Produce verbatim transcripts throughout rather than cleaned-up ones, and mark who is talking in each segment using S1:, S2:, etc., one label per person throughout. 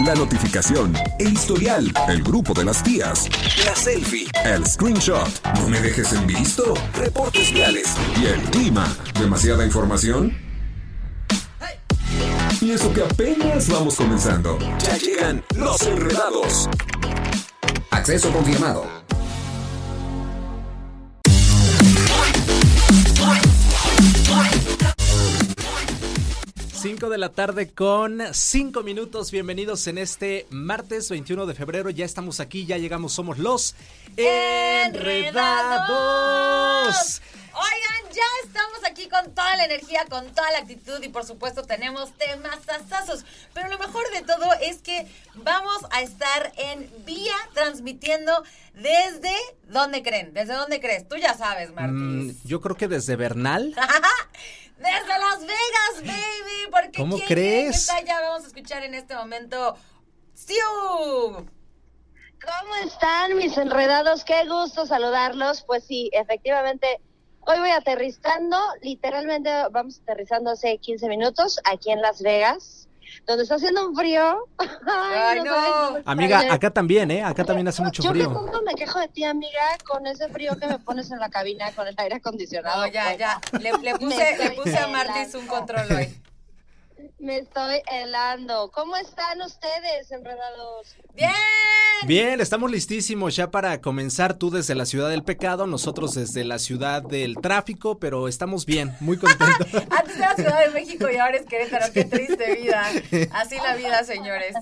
S1: la notificación, el historial, el grupo de las tías, la selfie, el screenshot, no me dejes en visto, reportes viales y el clima. ¿Demasiada información? Y eso que apenas vamos comenzando. Ya llegan los enredados. Acceso confirmado.
S2: cinco de la tarde con cinco minutos. Bienvenidos en este martes veintiuno de febrero. Ya estamos aquí, ya llegamos, somos los Enredados.
S3: Oigan, ya estamos aquí con toda la energía, con toda la actitud y por supuesto tenemos temas sasazos. Pero lo mejor de todo es que vamos a estar en vía transmitiendo desde ¿dónde creen? ¿Desde dónde crees? Tú ya sabes, Martín.
S2: Mm, yo creo que desde Bernal.
S3: Desde Las Vegas, baby. Porque
S2: ¿Cómo
S3: ¿quién
S2: crees?
S3: Está allá? Vamos a escuchar en este momento. ¡Siu!
S4: ¿Cómo están mis enredados? Qué gusto saludarlos. Pues sí, efectivamente, hoy voy aterrizando, literalmente vamos aterrizando hace quince minutos aquí en Las Vegas, donde está haciendo un frío.
S3: Ay, no.
S4: no.
S2: Amiga, acá también, ¿eh? Acá también hace mucho
S4: Yo
S2: frío.
S4: que tanto me quejo de ti, amiga, con ese frío que me pones en la cabina con el aire acondicionado.
S3: No, ya,
S4: Bueno,
S3: ya. Le, le puse,
S4: me
S3: le
S4: estoy
S3: puse a Martis un
S4: helando.
S3: control hoy.
S4: Me estoy helando. ¿Cómo están ustedes, enredados?
S3: ¡Bien!
S2: Bien, estamos listísimos ya para comenzar. Tú desde la ciudad del pecado, nosotros desde la ciudad del tráfico, pero estamos bien, muy contentos.
S3: Antes era Ciudad de México y ahora es Querétaro. Qué triste vida. Así la vida, señores.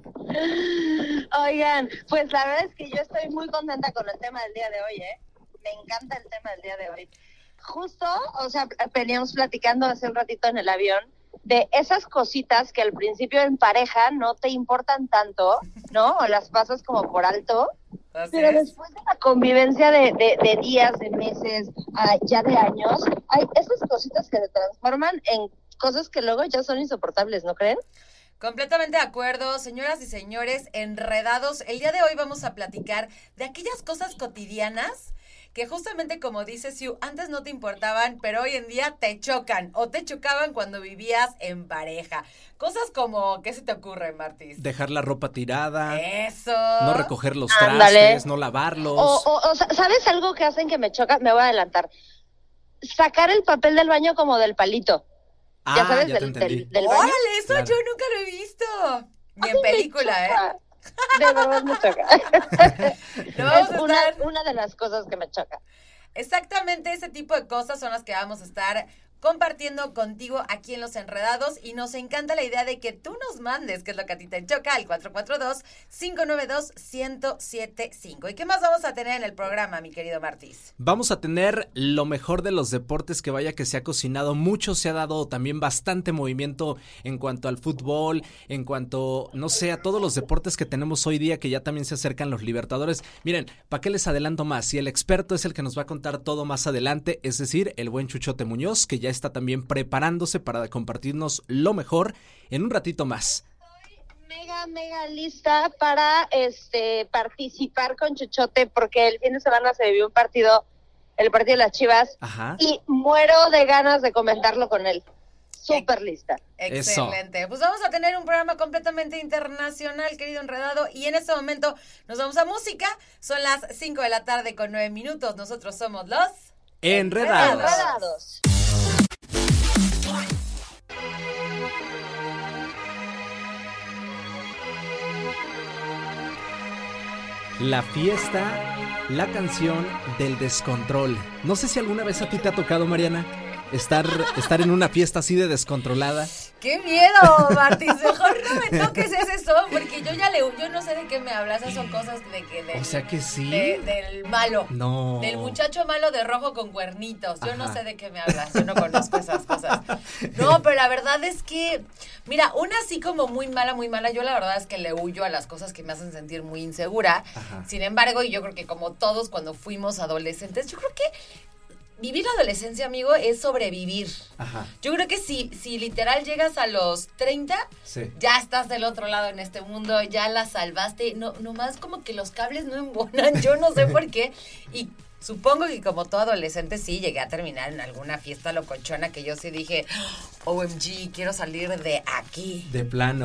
S4: Oigan, pues la verdad es que yo estoy muy contenta con el tema del día de hoy, ¿eh? Me encanta el tema del día de hoy. Justo, o sea, veníamos platicando hace un ratito en el avión de esas cositas que al principio en pareja no te importan tanto, ¿no? O las pasas como por alto,
S3: Así
S4: pero
S3: es.
S4: después de la convivencia de, de, de días, de meses, ah, ya de años, hay esas cositas que se transforman en cosas que luego ya son insoportables, ¿no creen?
S3: Completamente de acuerdo, señoras y señores, enredados. El día de hoy vamos a platicar de aquellas cosas cotidianas que justamente como dice Siu, antes no te importaban, pero hoy en día te chocan o te chocaban cuando vivías en pareja. Cosas como, ¿qué se te ocurre, Martis?
S2: Dejar la ropa tirada,
S3: Eso.
S2: no recoger los
S4: Ándale.
S2: trastes, no lavarlos.
S4: O, o, o, ¿sabes algo que hacen que me choca? Me voy a adelantar. Sacar el papel del baño como del palito.
S2: Ah,
S4: ya sabes,
S2: ya te
S4: del,
S2: entendí.
S4: del, del baño.
S3: Órale, eso
S2: Claro.
S3: yo nunca lo he visto. Ni en
S4: Ay, me
S3: película, ¿eh?
S4: choca. De verdad me choca.
S3: Lo vamos
S4: Es
S3: a
S4: una,
S3: estar...
S4: una de las cosas que me choca.
S3: Exactamente ese tipo de cosas son las que vamos a estar compartiendo contigo aquí en Los Enredados y nos encanta la idea de que tú nos mandes qué es lo que a ti te choca al cuatro cuatro dos, cinco nueve dos, uno cero siete cinco. ¿Y qué más vamos a tener en el programa, mi querido Martis?
S2: Vamos a tener lo mejor de los deportes, que vaya que se ha cocinado mucho, se ha dado también bastante movimiento en cuanto al fútbol, en cuanto, no sé, a todos los deportes que tenemos hoy día, que ya también se acercan los Libertadores. Miren, ¿para qué les adelanto más? Si el experto es el que nos va a contar todo más adelante, es decir, el buen Chuchote Muñoz, que ya está también preparándose para compartirnos lo mejor en un ratito más.
S4: Mega, mega lista para este participar con Chuchote, porque el fin de semana se vivió un partido, el partido de las Chivas,
S2: Ajá.
S4: y muero de ganas de comentarlo con él. Súper lista.
S3: Excelente. Eso. Pues vamos a tener un programa completamente internacional, querido enredado, y en este momento nos vamos a música. Son las cinco de la tarde con nueve minutos. Nosotros somos los
S2: Enredados.
S4: Enredados.
S2: La fiesta, la canción del descontrol. No sé si alguna vez a ti te ha tocado, Mariana, estar, estar en una fiesta así de descontrolada.
S3: ¡Qué miedo, Martis! Mejor no me toques ese son, porque yo ya le... Yo no sé de qué me hablas, esas son cosas de que... De,
S2: O sea que sí.
S3: de- del malo.
S2: No.
S3: Del muchacho malo de rojo con cuernitos. Yo no
S2: Ajá.
S3: sé de qué me hablas, yo no conozco esas cosas. No, pero la verdad es que... Mira, una así como muy mala, muy mala, yo la verdad es que le huyo a las cosas que me hacen sentir muy insegura.
S2: Ajá.
S3: Sin embargo, y yo creo que como todos cuando fuimos adolescentes, yo creo que vivir la adolescencia, amigo, es sobrevivir.
S2: Ajá.
S3: Yo creo que si, si literal llegas a los treinta,
S2: Sí.
S3: ya estás del otro lado en este mundo, ya la salvaste. No, nomás como que los cables no embonan, yo no sé por qué. Y supongo que como todo adolescente sí llegué a terminar en alguna fiesta locochona que yo sí dije, O M G, quiero salir de aquí.
S2: De plano.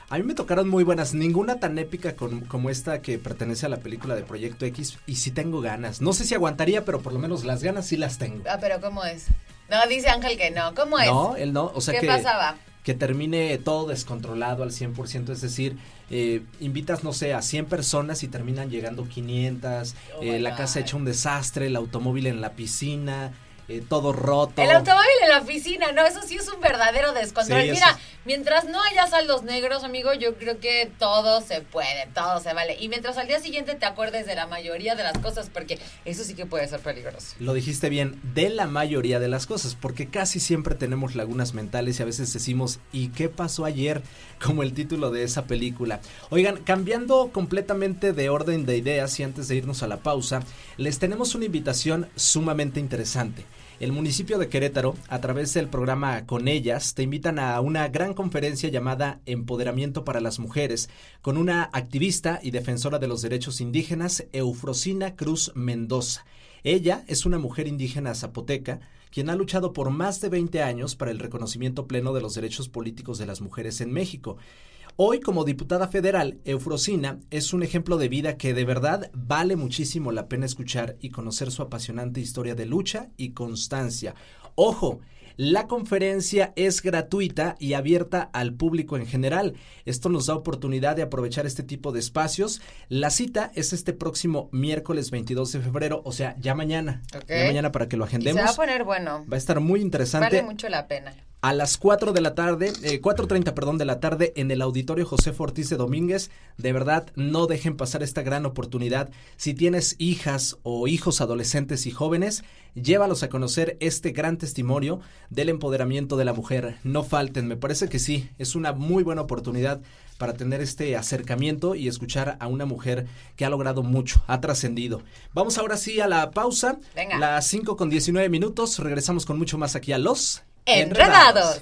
S2: A mí me tocaron muy buenas, ninguna tan épica con, como esta que pertenece a la película de Proyecto X, y sí tengo ganas. No sé si aguantaría, pero por lo menos las ganas sí las tengo.
S3: Ah, pero ¿cómo es? No, dice Ángel que no. ¿Cómo es?
S2: No, él no, o sea
S3: ¿Qué
S2: que...
S3: pasaba?
S2: Que termine todo descontrolado al cien por ciento, es decir, eh, invitas, no sé, a cien personas y terminan llegando quinientas,
S3: oh
S2: eh, la casa hecha un desastre, el automóvil en la piscina, eh, todo roto.
S3: El automóvil en la oficina, no, eso sí es un verdadero descontrol.
S2: Sí,
S3: Mira,
S2: es...
S3: mientras no haya saldos negros, amigo, yo creo que todo se puede, todo se vale. Y mientras al día siguiente te acuerdes de la mayoría de las cosas, porque eso sí que puede ser peligroso.
S2: Lo dijiste bien, de la mayoría de las cosas, porque casi siempre tenemos lagunas mentales y a veces decimos, ¿y qué pasó ayer? Como el título de esa película. Oigan, cambiando completamente de orden de ideas y antes de irnos a la pausa, les tenemos una invitación sumamente interesante. El municipio de Querétaro, a través del programa Con Ellas, te invitan a una gran conferencia llamada Empoderamiento para las Mujeres, con una activista y defensora de los derechos indígenas, Eufrosina Cruz Mendoza. Ella es una mujer indígena zapoteca, quien ha luchado por más de veinte años para el reconocimiento pleno de los derechos políticos de las mujeres en México. Hoy, como diputada federal, Eufrosina es un ejemplo de vida que de verdad vale muchísimo la pena escuchar y conocer su apasionante historia de lucha y constancia. ¡Ojo! La conferencia es gratuita y abierta al público en general. Esto nos da oportunidad de aprovechar este tipo de espacios. La cita es este próximo miércoles veintidós de febrero, o sea, ya mañana.
S3: Okay.
S2: Ya mañana para que lo agendemos.
S3: Y se va a poner bueno.
S2: Va a estar muy interesante.
S3: Vale mucho la pena.
S2: A las cuatro de la tarde, eh, cuatro treinta, perdón, de la tarde en el Auditorio José Ortiz de Domínguez. De verdad, no dejen pasar esta gran oportunidad. Si tienes hijas o hijos adolescentes y jóvenes, llévalos a conocer este gran testimonio del empoderamiento de la mujer. No falten, me parece que sí, es una muy buena oportunidad para tener este acercamiento y escuchar a una mujer que ha logrado mucho, ha trascendido. Vamos ahora sí a la pausa.
S3: Venga.
S2: Las cinco con diecinueve minutos, regresamos con mucho más aquí a Los
S3: Enredados.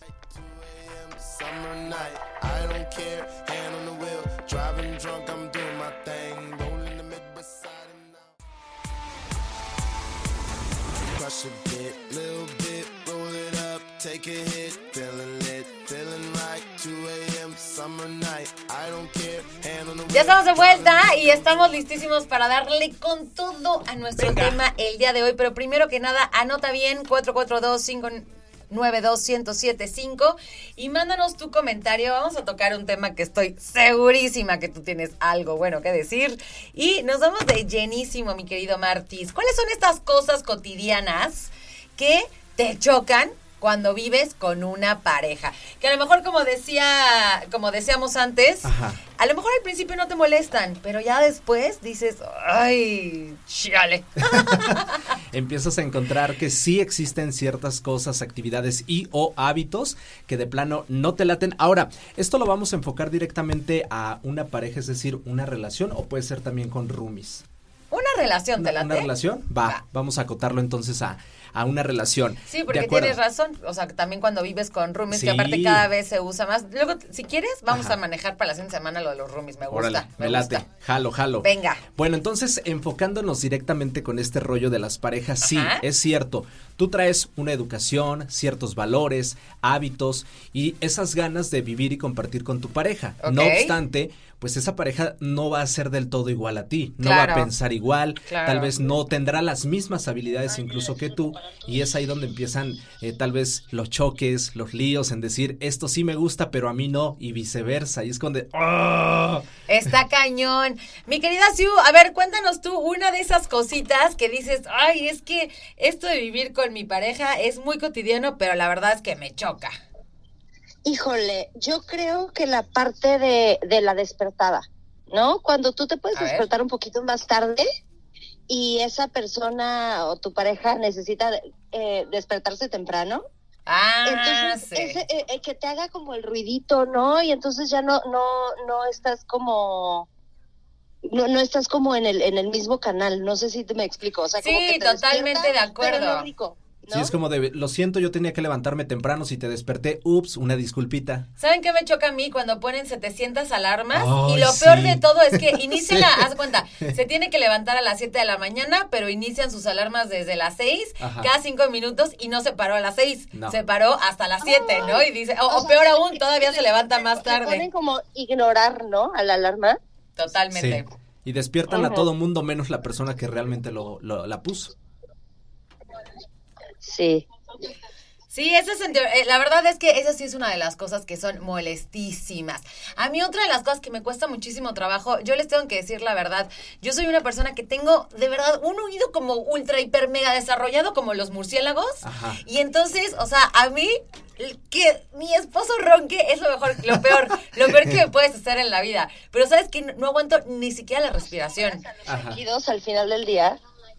S3: Ya estamos de vuelta y estamos listísimos para darle con todo a nuestro Venga. tema el día de hoy, pero primero que nada, anota bien cuatro cuatro dos, cinco nueve dos, uno cero siete cinco y mándanos tu comentario. Vamos a tocar un tema que estoy segurísima que tú tienes algo bueno que decir y nos vamos de llenísimo, mi querido Martis. ¿Cuáles son estas cosas cotidianas que te chocan cuando vives con una pareja? Que a lo mejor, como decía, como decíamos antes, Ajá. a lo mejor al principio no te molestan, pero ya después dices, ay, chale.
S2: Empiezas a encontrar que sí existen ciertas cosas, actividades y o hábitos que de plano no te laten. Ahora, esto lo vamos a enfocar directamente a una pareja, es decir, una relación, o puede ser también con roomies.
S3: Una relación, ¿te late?
S2: ¿Una relación? Va, Va. Vamos a acotarlo entonces a... a una relación.
S3: Sí, porque tienes razón, o sea, también cuando vives con roomies, sí. que aparte cada vez se usa más. Luego, si quieres, vamos Ajá. a manejar para la siguiente semana lo de los roomies, me gusta.
S2: Órale,
S3: me,
S2: me
S3: gusta.
S2: late, jalo, jalo.
S3: Venga.
S2: Bueno, entonces, enfocándonos directamente con este rollo de las parejas, Ajá. sí, es cierto, tú traes una educación, ciertos valores, hábitos y esas ganas de vivir y compartir con tu pareja. Okay. No obstante, pues esa pareja no va a ser del todo igual a ti, no claro. va a pensar igual, claro. tal vez no tendrá las mismas habilidades incluso que tú, y es ahí donde empiezan eh, tal vez los choques, los líos en decir, esto sí me gusta, pero a mí no, y viceversa, y es cuando... ¡oh!
S3: Está cañón. Mi querida Siu, a ver, cuéntanos tú una de esas cositas que dices, ay, es que esto de vivir con mi pareja es muy cotidiano, pero la verdad es que me choca.
S4: Híjole, yo creo que la parte de, de la despertada, ¿no? Cuando tú te puedes A despertar ver. un poquito más tarde y esa persona o tu pareja necesita eh, despertarse temprano.
S3: Ah,
S4: entonces,
S3: sí.
S4: ese, eh, que te haga como el ruidito, ¿no? Y entonces ya no, no, no estás como... No, no estás como en el, en el mismo canal, no sé si te me explico. O sea,
S3: sí,
S4: como que te
S3: totalmente de acuerdo.
S4: Pero no rico. ¿no?
S2: Sí, es como de, lo siento, yo tenía que levantarme temprano, si te desperté, ups, una disculpita.
S3: ¿Saben qué me choca a mí? Cuando ponen setecientas alarmas.
S2: Ay,
S3: y lo
S2: sí.
S3: peor de todo es que inician,
S2: Sí.
S3: la, haz cuenta, se tiene que levantar a las siete de la mañana, pero inician sus alarmas desde las seis,
S2: Ajá.
S3: cada cinco minutos, y no se paró a las seis,
S2: No.
S3: se paró hasta las siete, ¿no? Y dice, o,
S4: O
S3: o
S4: sea,
S3: peor
S4: le-
S3: aún,
S4: le-
S3: todavía
S4: le-
S3: se levanta
S4: le-
S3: más
S4: le
S3: tarde.
S4: ponen como ignorar, ¿no? A la alarma.
S3: Totalmente.
S2: Sí. Y despiertan a
S4: Ujú.
S2: todo mundo menos la persona que realmente lo, lo la puso.
S4: Sí.
S3: Sí, ese es, eh, la verdad es que esa sí es una de las cosas que son molestísimas. A mí otra de las cosas que me cuesta muchísimo trabajo, yo les tengo que decir la verdad, yo soy una persona que tengo de verdad un oído como ultra, hiper, mega desarrollado como los murciélagos.
S2: Ajá.
S3: Y entonces, o sea, a mí el que mi esposo ronque es lo mejor, lo peor, lo peor que me puedes hacer en la vida. Pero sabes que no, no aguanto ni siquiera la respiración.
S2: Ajá.
S4: Ronquidos al final del día.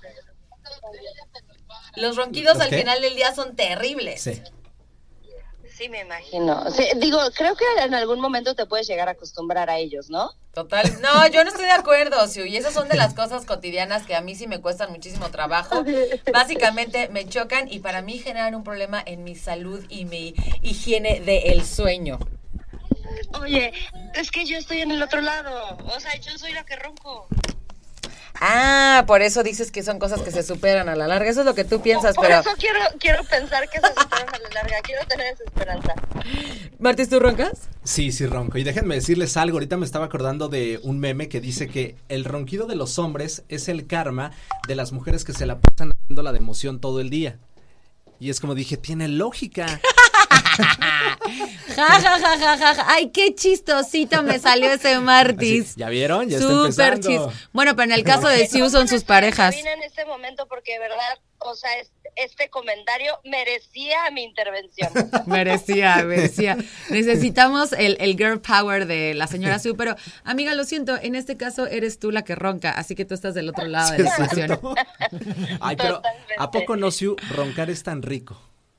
S3: Los ronquidos
S2: ¿Los
S3: al
S2: qué?
S3: final del día son terribles.
S2: Sí.
S4: Sí, me imagino. Sí, digo, creo que en algún momento te puedes llegar a acostumbrar a ellos, ¿no?
S3: Total, no, yo no estoy de acuerdo, Siu, y esas son de las cosas cotidianas que a mí sí me cuestan muchísimo trabajo. Básicamente me chocan y para mí generan un problema en mi salud y mi higiene del sueño.
S4: Oye, es que yo estoy en el otro lado. O sea, yo soy la que ronco.
S3: Ah, por eso dices que son cosas que se superan a la larga, eso es lo que tú piensas,
S4: Por
S3: pero...
S4: eso quiero, quiero pensar que se superan a la larga. Quiero tener esa esperanza.
S3: Martis, ¿tú roncas?
S2: Sí, sí ronco. Y déjenme decirles algo, ahorita me estaba acordando de un meme que dice que el ronquido de los hombres es el karma de las mujeres que se la pasan haciendo la de emoción todo el día. Y es como dije, tiene lógica.
S3: Ja, ja, ja, ja, ja, ja. Ay, qué chistosito me salió ese Martis.
S2: Así, ¿ya vieron? Ya
S3: Súper
S2: está empezando.
S3: chis. Bueno, pero en el caso de Siu son sus parejas.
S4: Vine en este momento porque, de verdad, o sea, es- este comentario merecía mi intervención.
S3: Merecía, merecía. Necesitamos el, el girl power de la señora Siu, pero amiga, lo siento, en este caso eres tú la que ronca, así que tú estás del otro lado de la ecuación.
S2: Ay, pero
S4: Totalmente.
S2: ¿a poco no, Siu, roncar es tan rico?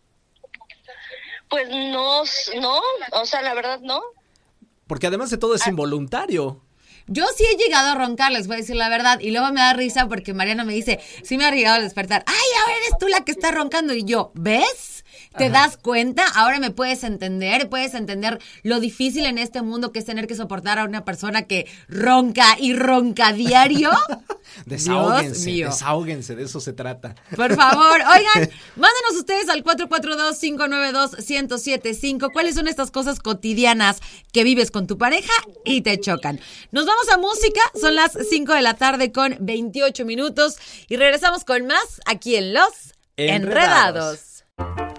S4: Pues no, no, o sea, la verdad no.
S2: Porque además de todo es involuntario.
S3: Yo sí he llegado a roncar, les voy a decir la verdad, y luego me da risa porque Mariana me dice, sí me ha llegado a despertar, ay, ahora eres tú la que está roncando, y yo, ¿ves? ¿Te
S2: Ajá.
S3: das cuenta? Ahora me puedes entender, puedes entender lo difícil en este mundo que es tener que soportar a una persona que ronca y ronca diario.
S2: Desahóguense,
S3: mío.
S2: desahóguense, de eso se trata.
S3: Por favor, oigan, mándanos ustedes al cuatro cuatro dos, cinco nueve dos, uno cero siete cinco. ¿Cuáles son estas cosas cotidianas que vives con tu pareja y te chocan? Nos vamos a música, son las cinco de la tarde con veintiocho minutos y regresamos con más aquí en Los Enredados.
S2: Enredados.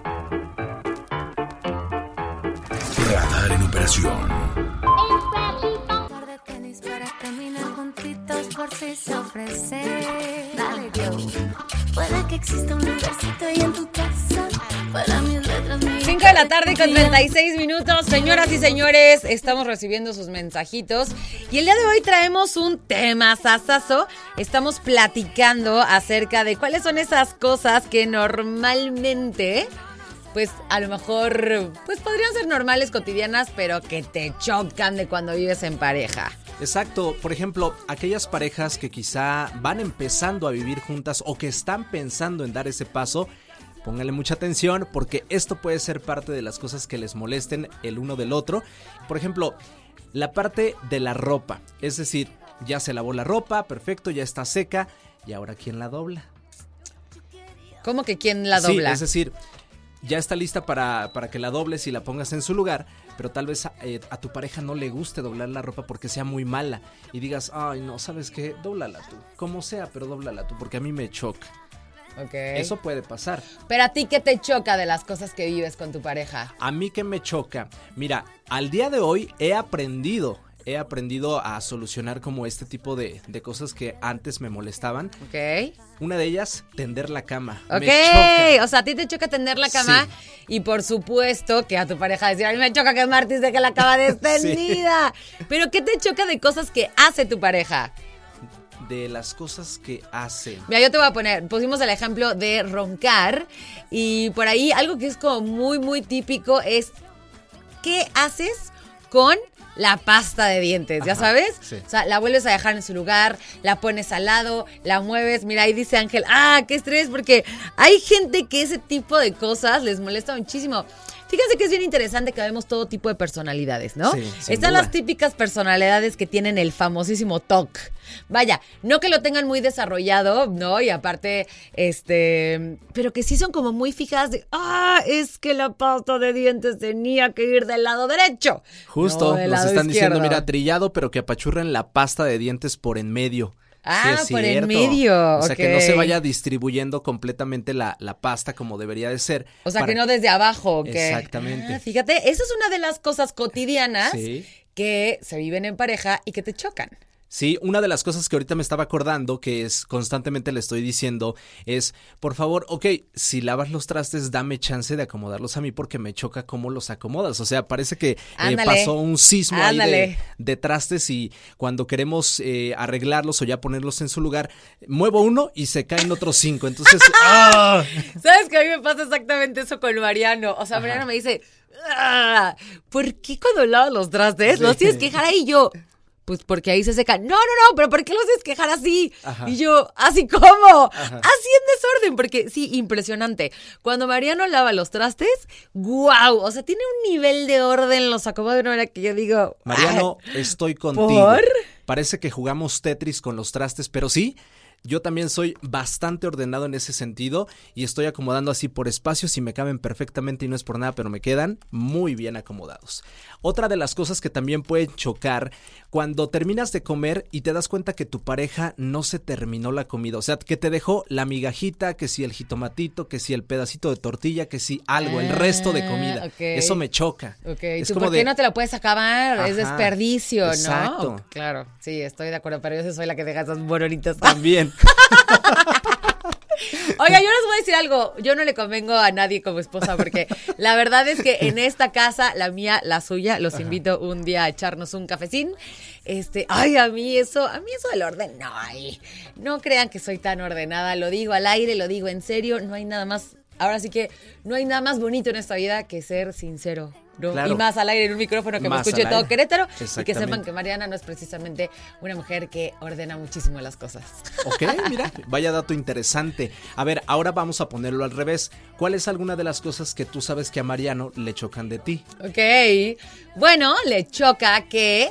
S1: Radar en operación.
S5: Par de tenis para caminar juntitos por si se ofrece. Dale, yo. Puede que exista un lugarcito ahí en tu casa para mis letras. mi
S3: cinco de la tarde con treinta y seis minutos. Señoras y señores, estamos recibiendo sus mensajitos. Y el día de hoy traemos un tema sasazo. Estamos platicando acerca de cuáles son esas cosas que normalmente, pues a lo mejor, pues podrían ser normales, cotidianas, pero que te chocan de cuando vives en pareja.
S2: Exacto, por ejemplo, aquellas parejas que quizá van empezando a vivir juntas o que están pensando en dar ese paso, pónganle mucha atención porque esto puede ser parte de las cosas que les molesten el uno del otro. Por ejemplo, la parte de la ropa, es decir, ya se lavó la ropa, perfecto, ya está seca, y ahora ¿quién la dobla?
S3: ¿Cómo que quién la dobla?
S2: Sí, es decir, ya está lista para, para que la dobles y la pongas en su lugar, pero tal vez eh, a tu pareja no le guste doblar la ropa porque sea muy mala y digas, ay no, ¿sabes qué? Dóblala tú, como sea, pero dóblala tú, porque a mí me choca.
S3: Ok.
S2: Eso puede pasar.
S3: Pero a ti, ¿qué te choca de las cosas que vives con tu pareja?
S2: A mí que me choca, mira, al día de hoy he aprendido, he aprendido a solucionar como este tipo de, de cosas que antes me molestaban.
S3: Ok.
S2: Una de ellas, tender la cama.
S3: Ok,
S2: Me choca.
S3: o sea, a ti te choca tender la cama y por supuesto que a tu pareja decir, a mí me choca que Martis deje la cama extendida. Pero ¿qué te choca de cosas que hace tu pareja?
S2: De las cosas que hacen.
S3: Mira, yo te voy a poner, pusimos el ejemplo de roncar y por ahí algo que es como muy, muy típico es ¿qué haces con la pasta de dientes, ¿ya
S2: Ajá,
S3: sabes?
S2: sí.
S3: O sea, la vuelves a dejar en su lugar, la pones al lado, la mueves. Mira, ahí dice Ángel, ah, qué estrés, porque hay gente que ese tipo de cosas les molesta muchísimo. Fíjense que es bien interesante que vemos todo tipo de personalidades, ¿no?
S2: Sí, sin
S3: Están
S2: duda.
S3: las típicas personalidades que tienen el famosísimo T O C. Vaya, no que lo tengan muy desarrollado, ¿no? Y aparte, este, pero que sí son como muy fijadas de, ah, es que la pasta de dientes tenía que ir del lado derecho.
S2: Justo,
S3: no del
S2: nos
S3: lado
S2: están
S3: izquierdo.
S2: diciendo, mira, trillado, pero que apachurren la pasta de dientes por en medio.
S3: Ah,
S2: Sí,
S3: por
S2: es
S3: en
S2: cierto.
S3: medio,
S2: O sea, que no se
S3: ok.
S2: vaya distribuyendo completamente la, la pasta como debería de ser.
S3: O sea,
S2: para-
S3: que no desde abajo. Que,
S2: Exactamente.
S3: Ah, fíjate, esa es una de las cosas cotidianas
S2: Sí.
S3: que se viven en pareja y que te chocan.
S2: Sí, una de las cosas que ahorita me estaba acordando, que es constantemente le estoy diciendo, es, por favor, ok, si lavas los trastes, dame chance de acomodarlos a mí porque me choca cómo los acomodas. O sea, parece que eh,
S3: Ándale.
S2: pasó un sismo ahí de,
S3: Ándale.
S2: de trastes y cuando queremos eh, arreglarlos o ya ponerlos en su lugar, muevo uno y se caen otros cinco. Entonces, ¡ah!
S3: ¿Sabes que a mí me pasa exactamente eso con Mariano? O sea, Mariano me dice, "Ah, ¿por qué cuando lavas los trastes
S2: Sí.
S3: los tienes que dejar ahí?" Y yo, pues porque ahí se secan. No, no, no, pero ¿por qué los tienes que dejar así?
S2: Ajá.
S3: Y yo, ¿así cómo?
S2: Ajá.
S3: Así en desorden, porque sí, impresionante. Cuando Mariano lava los trastes, ¡guau! O sea, tiene un nivel de orden, los acomoda de una manera que yo digo,
S2: Mariano,
S3: "Ay,
S2: estoy contigo.
S3: ¿por?"
S2: Parece que jugamos Tetris con los trastes, pero sí, yo también soy bastante ordenado en ese sentido y estoy acomodando así por espacios y me caben perfectamente y no es por nada, pero me quedan muy bien acomodados. Otra de las cosas que también pueden chocar cuando terminas de comer y te das cuenta que tu pareja no se terminó la comida, o sea, que te dejó la migajita, que si el jitomatito, que si el pedacito de tortilla, que si algo, el resto de comida.
S3: Ah, ok.
S2: Eso me choca.
S3: Ok,
S2: Es
S3: ¿tú
S2: como
S3: por qué
S2: de-
S3: no te lo puedes acabar? Es
S2: Ajá,
S3: desperdicio, ¿no?
S2: exacto.
S3: Claro, sí, estoy de acuerdo, pero yo sí soy la que deja esas boronitas.
S2: También.
S3: Oiga, yo les voy a decir algo, yo no le convengo a nadie como esposa porque la verdad es que en esta casa, la mía, la suya, los invito un día a echarnos un cafecín. Este, ay, a mí eso, a mí eso del orden, no, ay, no crean que soy tan ordenada, lo digo al aire, lo digo en serio, no hay nada más, ahora sí que no hay nada más bonito en esta vida que ser sincero. ¿No?
S2: Claro.
S3: Y más al aire en un micrófono que
S2: Más
S3: me escuche
S2: al
S3: todo
S2: aire.
S3: Querétaro y que
S2: Exactamente.
S3: sepan que Mariana no es precisamente una mujer que ordena muchísimo las cosas.
S2: Ok, mira, vaya dato interesante. A ver, ahora vamos a ponerlo al revés. ¿Cuál es alguna de las cosas que tú sabes que a Mariano le chocan de ti?
S3: Ok, bueno, le choca que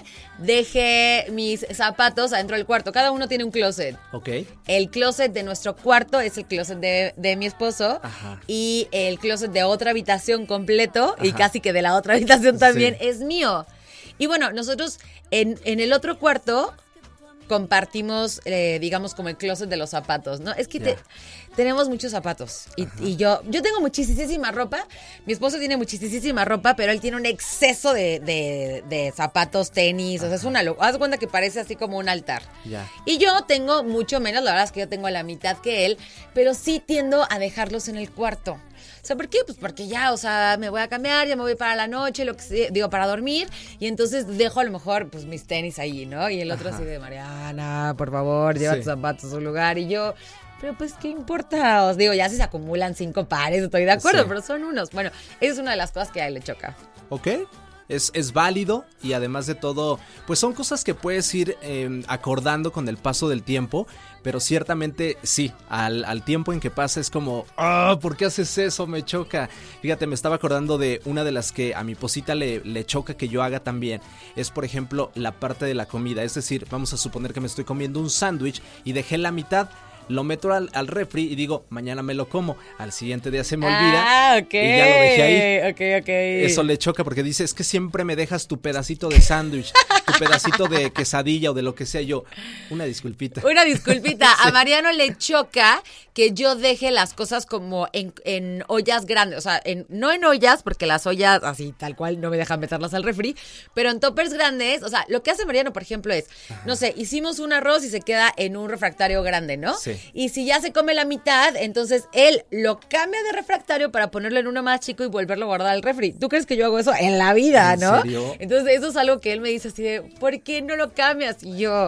S3: deje mis zapatos adentro del cuarto. Cada uno tiene un closet.
S2: Ok.
S3: El closet de nuestro cuarto es el closet de, de mi esposo.
S2: Ajá.
S3: Y el closet de otra habitación completo y
S2: Ajá.
S3: casi que de la otra habitación también
S2: Sí.
S3: es mío. Y bueno, nosotros en, en el otro cuarto compartimos, eh, digamos, como el closet de los zapatos, ¿no? Es que
S2: Ya.
S3: te- tenemos muchos zapatos y, y yo yo tengo muchísima ropa, mi esposo tiene muchísima ropa, pero él tiene un exceso de, de, de zapatos, tenis, o sea, es una locura. Haz de cuenta que parece así como un altar.
S2: Ya.
S3: Y yo tengo mucho menos, la verdad es que yo tengo la mitad que él, pero sí tiendo a dejarlos en el cuarto. O sea, ¿por qué? Pues porque ya, o sea, me voy a cambiar, ya me voy para la noche, lo que sea, digo, para dormir, y entonces dejo a lo mejor, pues, mis tenis ahí, ¿no? Y el otro
S2: Ajá.
S3: así de, Mariana, por favor, lleva
S2: Sí.
S3: tus zapatos a su lugar, y yo... Pero pues, ¿qué importa? Os digo, ya si se acumulan cinco pares, estoy de acuerdo,
S2: Sí.
S3: pero son unos. Bueno, esa es una de las cosas que a él le choca.
S2: Ok. Es, es válido y además de todo, pues son cosas que puedes ir eh, acordando con el paso del tiempo, pero ciertamente sí, al, al tiempo en que pasa es como, ah, ¿por qué haces eso? Me choca. Fíjate, me estaba acordando de una de las que a mi posita le, le choca que yo haga también, es por ejemplo la parte de la comida, es decir, vamos a suponer que me estoy comiendo un sándwich y dejé la mitad. Lo meto al, al refri y digo, mañana me lo como. Al siguiente día se me olvida.
S3: Ah, ok.
S2: Y ya lo dejé ahí.
S3: Ok, ok.
S2: Eso le choca porque dice, es que siempre me dejas tu pedacito de sándwich, tu pedacito de quesadilla o de lo que sea. Yo, una disculpita.
S3: Una disculpita, a Mariano le choca que yo deje las cosas como en, en ollas grandes, o sea, en, no en ollas, porque las ollas así tal cual no me dejan meterlas al refri, pero en toppers grandes, o sea, lo que hace Mariano, por ejemplo, es, no sé, hicimos un arroz y se queda en un refractario grande, ¿no?
S2: Sí.
S3: Y si ya se come la mitad, entonces él lo cambia de refractario para ponerlo en uno más chico y volverlo a guardar al refri. ¿Tú crees que yo hago eso? En la vida,
S2: ¿En
S3: ¿no?
S2: serio?
S3: Entonces eso es algo que él me dice así de, ¿por qué no lo cambias? Y yo...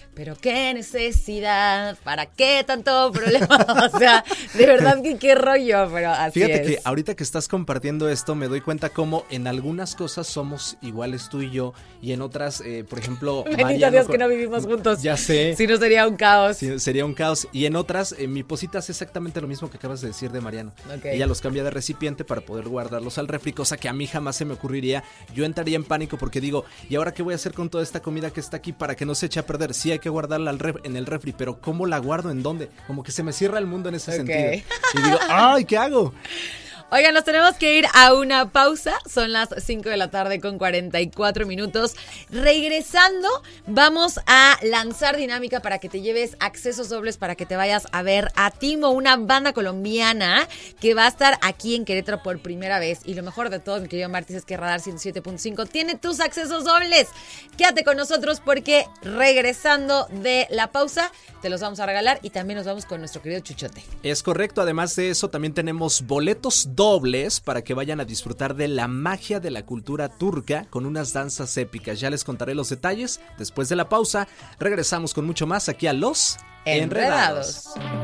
S3: pero qué necesidad, ¿para qué tanto problema? O sea, de verdad que qué rollo, pero así
S2: Fíjate
S3: es.
S2: que ahorita que estás compartiendo esto me doy cuenta cómo en algunas cosas somos iguales tú y yo y en otras, eh, por ejemplo...
S3: Bendito
S2: Mariano,
S3: Dios que no vivimos juntos.
S2: Ya sé.
S3: Si no sería un caos.
S2: Sí, sería un caos. Y en otras, eh, mi posita hace exactamente lo mismo que acabas de decir de Mariano.
S3: Okay.
S2: Ella los cambia de recipiente para poder guardarlos al refri, cosa que a mí jamás se me ocurriría. Yo entraría en pánico porque digo, ¿y ahora qué voy a hacer con toda esta comida que está aquí para que no se eche a perder? Sí, hay que guardarla al ref- en el refri, pero ¿cómo la guardo? ¿En dónde? Como que se me cierra el mundo en ese
S3: Ok.
S2: sentido. Y digo, ¡ay, qué hago!
S3: Oigan, nos tenemos que ir a una pausa. Son las cinco de la tarde con cuarenta y cuatro minutos. Regresando, vamos a lanzar dinámica para que te lleves accesos dobles para que te vayas a ver a Timo, una banda colombiana que va a estar aquí en Querétaro por primera vez. Y lo mejor de todo, mi querido Martis, es que Radar ciento siete punto cinco tiene tus accesos dobles. Quédate con nosotros porque regresando de la pausa te los vamos a regalar y también nos vamos con nuestro querido Chuchote.
S2: Es correcto, además de eso también tenemos boletos dobles para que vayan a disfrutar de la magia de la cultura turca con unas danzas épicas. Ya les contaré los detalles después de la pausa. Regresamos con mucho más aquí a Los Enredados.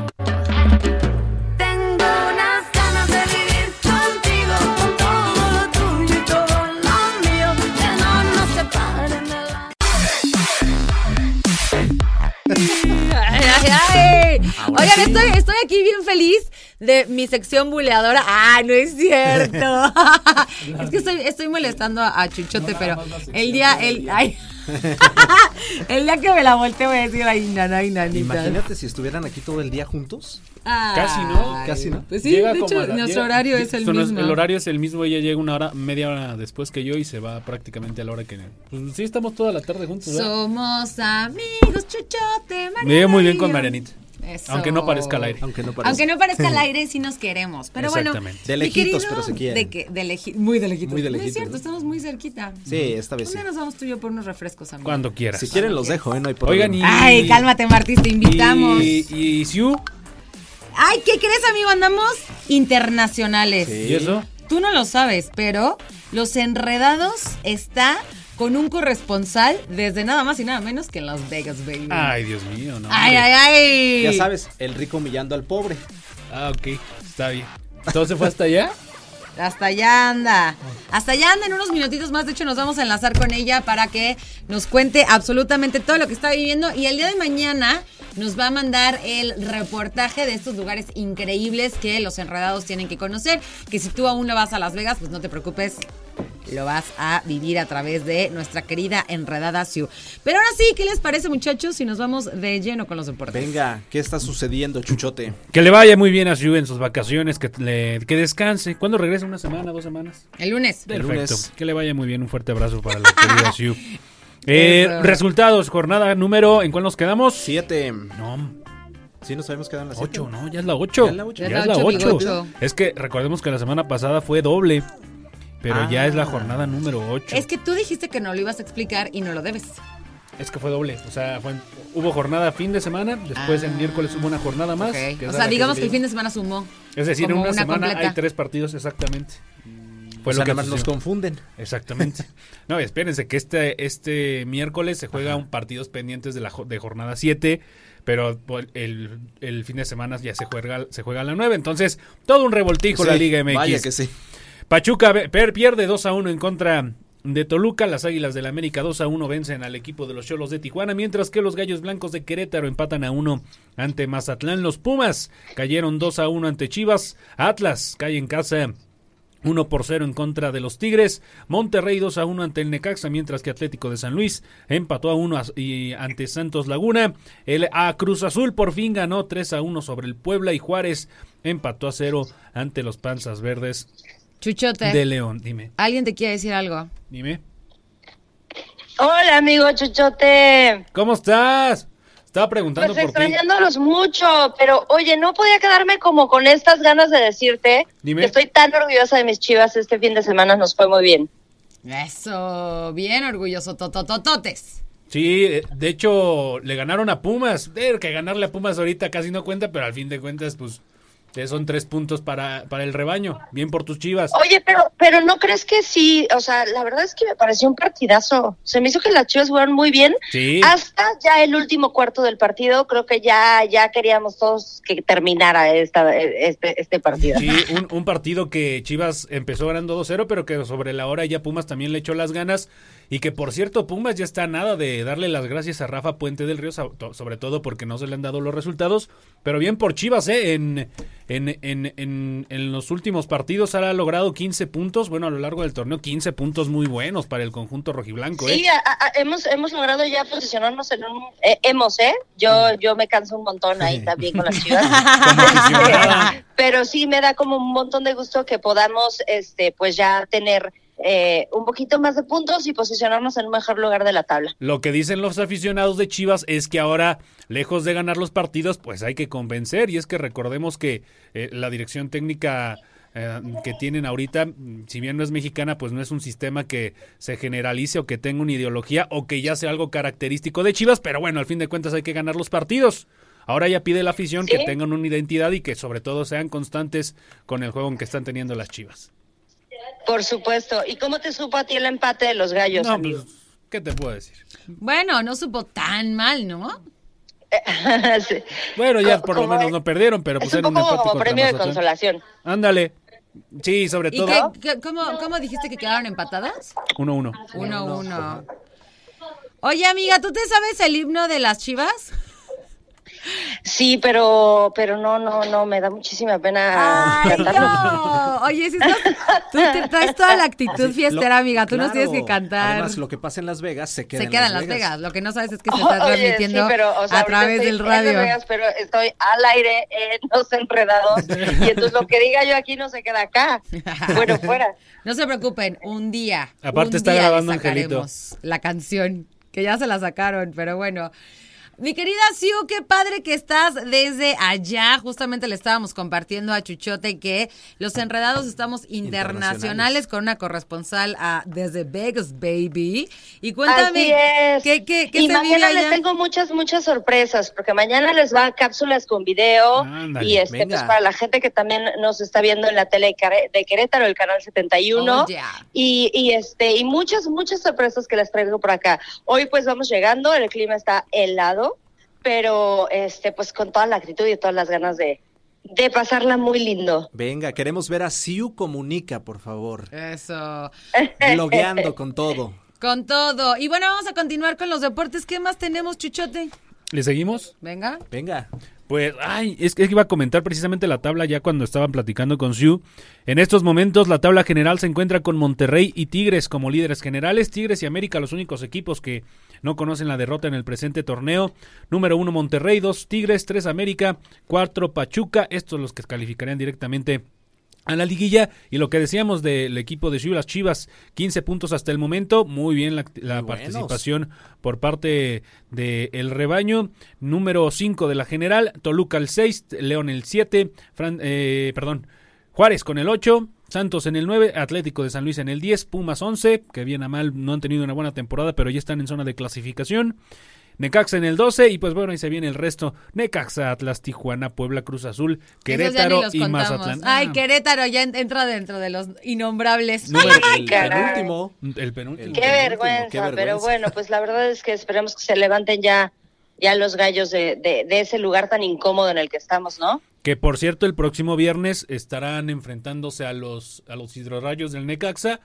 S5: Tengo unas ganas de vivir contigo, con todo lo tuyo y todo lo mío, que no nos separen de la...
S3: Ay, ay, ay. Oigan, estoy, estoy aquí bien feliz de mi sección buleadora. Ah, no es cierto. Es que estoy, estoy molestando a, a Chuchote, no, pero el día, el, ay, el día que me la voltee voy a decir, ay, nana, ay, nanita.
S2: Imagínate si estuvieran aquí todo el día juntos.
S3: Ay,
S6: Casi no,
S2: casi no.
S3: Pues sí,
S6: Llega
S3: de
S6: como
S3: hecho,
S6: a la-
S3: nuestro
S6: llega-
S3: horario es el
S6: Son-
S3: mismo.
S6: El horario es el mismo, ella llega una hora, media hora después que yo y se va prácticamente a la hora que... Pues sí, estamos toda la tarde juntos, ¿verdad?
S3: Somos amigos, Chuchote, Mariana.
S6: Me llevo muy bien con
S3: y yo.
S6: Marianita.
S3: Eso.
S6: Aunque no parezca al aire.
S2: Aunque no parezca.
S3: Aunque no parezca al aire, sí nos queremos. Pero bueno,
S6: Exactamente.
S2: De
S3: mi
S2: lejitos,
S3: querido-
S2: pero se quieren.
S3: De que, de leji- muy de lejitos.
S2: Muy de
S3: No
S2: lejitos,
S3: es cierto,
S2: ¿no?
S3: estamos muy cerquita.
S2: Sí, esta vez
S3: Un
S2: sí.
S3: día nos vamos tú y yo por unos refrescos, amigo.
S6: Cuando quieras.
S2: Si quieren los dejo, ¿eh? No hay
S6: Oigan,
S2: problema.
S6: y...
S3: Ay, cálmate, Martis, te invitamos.
S6: Y, y Siu,
S3: Ay, ¿qué crees, amigo? Andamos internacionales.
S2: Sí.
S6: ¿y eso?
S3: Tú no lo sabes, pero Los Enredados está con un corresponsal desde nada más y nada menos que en Las Vegas, baby.
S6: Ay, Dios mío, no.
S3: ay,
S6: hombre.
S3: ay, ay.
S2: Ya sabes, el rico humillando al pobre.
S6: Ah, ok, está bien. ¿Entonces fue hasta allá?
S3: Hasta allá anda. Hasta allá anda en unos minutitos más. De hecho, nos vamos a enlazar con ella para que nos cuente absolutamente todo lo que está viviendo. Y el día de mañana nos va a mandar el reportaje de estos lugares increíbles que los enredados tienen que conocer. Que si tú aún no vas a Las Vegas, pues no te preocupes. Lo vas a vivir a través de nuestra querida Enredada Siu. Pero ahora sí, ¿qué les parece, muchachos? Si nos vamos de lleno con los deportes.
S2: Venga, ¿qué está sucediendo, Chuchote?
S6: Que le vaya muy bien a Siu en sus vacaciones, que, le, que descanse. ¿Cuándo regresa? ¿Una semana, dos semanas?
S3: El lunes.
S2: El
S6: Perfecto.
S2: lunes.
S6: Que le vaya muy bien. Un fuerte abrazo para la querida Siu. Eh,
S3: Eso.
S6: resultados, jornada número, ¿en cuál nos quedamos?
S2: Siete.
S6: No,
S2: Sí, nos habíamos quedado en las siete.
S6: ocho, no, ya es la ocho.
S2: Ya es la ocho.
S6: Ya
S3: Ya
S6: es
S3: es
S6: la
S3: la ocho,
S6: ocho.
S3: bigocho.
S6: Es que recordemos que la semana pasada fue doble, pero
S2: Ah.
S6: ya es la jornada número ocho.
S3: Es que tú dijiste que no lo ibas a explicar y no lo debes.
S6: Es que fue doble, o sea, fue, hubo jornada fin de semana, después
S3: Ah.
S6: el miércoles hubo una jornada más.
S3: Ok.
S6: que es
S3: O
S6: la
S3: sea,
S6: que
S3: digamos
S6: se
S3: que el
S6: dio.
S3: fin de semana sumó.
S6: Es decir, en
S3: como
S6: una,
S3: una
S6: semana
S3: completa.
S6: hay tres partidos exactamente. Fue
S2: O sea,
S6: lo que
S2: nada más nos
S6: sucedió.
S2: confunden.
S6: Exactamente. No, espérense que este este miércoles se juegan partidos pendientes de la jo- de jornada siete, pero el, el fin de semana ya se juega se juega a la nueve, entonces todo un revoltijo la
S2: Sí,
S6: Liga M X.
S2: Vaya que sí.
S6: Pachuca ve- per- pierde dos a uno en contra de Toluca, las Águilas del América dos a uno vencen al equipo de los Xolos de Tijuana, mientras que los Gallos Blancos de Querétaro empatan a uno ante Mazatlán. Los Pumas cayeron dos a uno ante Chivas, Atlas cae en casa uno por cero en contra de los Tigres, Monterrey dos a uno ante el Necaxa, mientras que Atlético de San Luis empató a uno a- y ante Santos Laguna. El a Cruz Azul por fin ganó tres a uno sobre el Puebla y Juárez empató a cero ante los Panzas Verdes
S3: Chuchote,
S6: de León. Dime,
S3: ¿alguien te quiere decir algo?
S6: dime.
S4: Hola, amigo Chuchote.
S6: ¿Cómo estás? Estaba preguntando
S4: Pues
S6: por ti.
S4: extrañándolos mucho, pero oye, no podía quedarme como con estas ganas de decirte
S6: Dime.
S4: que estoy tan orgullosa de mis Chivas. Este fin de semana nos fue muy bien.
S3: Eso, bien orgulloso, tototototes.
S6: Sí, eh, de hecho le ganaron a Pumas. Eh, que ganarle a Pumas ahorita casi no cuenta, pero al fin de cuentas, pues Son tres puntos para, para el rebaño. Bien por tus Chivas.
S4: Oye, pero pero ¿no crees que sí? O sea, la verdad es que me pareció un partidazo. Se me hizo que las Chivas jugaron muy bien.
S6: Sí.
S4: Hasta ya el último cuarto del partido, creo que ya ya queríamos todos que terminara esta, este, este partido.
S6: Sí, un, un partido que Chivas empezó ganando dos cero, pero que sobre la hora ya Pumas también le echó las ganas. Y que, por cierto, Pumas ya está a nada de darle las gracias a Rafa Puente del Río, sobre todo porque no se le han dado los resultados. Pero bien por Chivas, ¿eh? En, en, en, en, en los últimos partidos ha logrado quince puntos. Bueno, a lo largo del torneo, quince puntos muy buenos para el conjunto rojiblanco, ¿eh?
S4: Sí, a, a, hemos, hemos logrado ya posicionarnos en un... Eh, hemos, ¿eh? Yo, yo me canso un montón ahí también con las Chivas. Pero sí me da como un montón de gusto que podamos, este, pues ya tener... Eh, un poquito más de puntos y posicionarnos en un mejor lugar de la tabla.
S6: Lo que dicen los aficionados de Chivas es que ahora, lejos de ganar los partidos, pues hay que convencer, y es que recordemos que eh, la dirección técnica eh, que tienen ahorita, si bien no es mexicana, pues no es un sistema que se generalice o que tenga una ideología o que ya sea algo característico de Chivas, pero bueno, al fin de cuentas hay que ganar los partidos. Ahora ya pide la afición, ¿sí?, que tengan una identidad y que sobre todo sean constantes con el juego en que están teniendo las Chivas.
S4: Por supuesto. ¿Y cómo te supo a ti el empate de los Gallos,
S6: no,
S4: amigo?
S6: Pues, ¿qué te puedo decir?
S3: Bueno, no supo tan mal, ¿no?
S4: Sí.
S6: Bueno, ya por lo
S4: Como
S6: menos
S4: es,
S6: no perdieron, pero pues
S4: es un
S6: era un
S4: poco
S6: empate
S4: como
S6: contra
S4: premio de
S6: Mazatlán.
S4: consolación.
S6: Ándale. Sí, sobre
S3: ¿Y
S6: todo.
S3: qué, qué, cómo, cómo dijiste que quedaron empatadas?
S6: Uno, uno.
S3: Uno, uno. Oye, amiga, ¿tú te sabes el himno de las Chivas?
S4: Sí, pero pero no, no, no, me da muchísima pena
S3: ¡Ay,
S4: cantarlo.
S3: no! Oye, si estás, tú te traes toda la actitud fiestera,
S2: Lo-
S3: amiga, tú
S2: claro.
S3: nos tienes que cantar.
S2: Además, lo que pasa en Las Vegas se queda,
S3: Se
S2: en,
S3: queda
S2: Las
S3: en Las
S2: Vegas.
S3: Vegas. Lo que no sabes es que se está
S4: Oye,
S3: transmitiendo
S4: sí, pero, o sea,
S3: a
S4: ahorita
S3: través
S4: estoy
S3: del
S4: en Las
S3: radio.
S4: Vegas, pero estoy al aire en Los Enredados y entonces lo que diga yo aquí no se queda acá. Bueno, fuera.
S3: No se preocupen, un día.
S6: Aparte
S3: un
S6: está
S3: día
S6: grabando
S3: les sacaremos la canción, que ya se la sacaron, pero bueno. Mi querida Siu, qué padre que estás desde allá. Justamente le estábamos compartiendo a Chuchote que Los Enredados estamos internacionales,
S2: Internacionales.
S3: con una corresponsal a, desde Vegas, baby. Y cuéntame,
S4: Así es.
S3: ¿qué, qué, qué
S4: y
S3: se
S4: mañana
S3: vive
S4: les
S3: allá?
S4: tengo muchas, muchas sorpresas, porque mañana les va cápsulas con video.
S6: Ándale,
S4: y este,
S2: venga.
S4: pues para la gente que también nos está viendo en la tele de Care- de Querétaro, el canal setenta y uno.
S3: Oh, yeah.
S4: y, y este, y muchas, muchas sorpresas que les traigo por acá. Hoy pues vamos llegando, el clima está helado, pero este, pues con toda la actitud y todas las ganas de, de pasarla muy lindo.
S2: Venga, queremos ver a Siu Comunica, por favor.
S3: Eso.
S2: Blogueando con todo.
S3: Con todo. Y bueno, vamos a continuar con los deportes. ¿Qué más tenemos, Chuchote?
S6: ¿Le seguimos?
S3: Venga.
S2: Venga.
S6: Pues, ay, es que iba a comentar precisamente la tabla ya cuando estaban platicando con Siu. En estos momentos la tabla general se encuentra con Monterrey y Tigres como líderes generales. Tigres y América los únicos equipos que no conocen la derrota en el presente torneo. Número uno Monterrey, dos Tigres, tres América, cuatro Pachuca. Estos los que calificarían directamente a la liguilla. Y lo que decíamos del equipo de Siu, las Chivas, quince puntos hasta el momento. Muy bien la, la
S2: Muy
S6: participación por parte del rebaño. Número cinco de la general, Toluca el seis, León el siete, Fran, eh, perdón, Juárez con el ocho, Santos en el nueve, Atlético de San Luis en el diez, Pumas once, que bien a mal no han tenido una buena temporada, pero ya están en zona de clasificación. Necaxa en el doce, y pues bueno, ahí se viene el resto. Necaxa, Atlas, Tijuana, Puebla, Cruz Azul, Querétaro
S3: Esos ya ni
S6: y
S3: los contamos.
S6: Mazatlán.
S3: Ay,
S6: Ah,
S3: Querétaro ya en- entra dentro de los innombrables.
S2: Número,
S4: Ay,
S2: el
S4: caray.
S2: penúltimo.
S6: el penúltimo.
S4: Qué
S2: Qué
S4: vergüenza,
S2: vergüenza.
S4: pero bueno, pues la verdad es que esperemos que se levanten ya, ya los gallos de, de, de ese lugar tan incómodo en el que estamos, ¿no?
S6: Que por cierto, el próximo viernes estarán enfrentándose a los a los hidrorrayos del Necaxa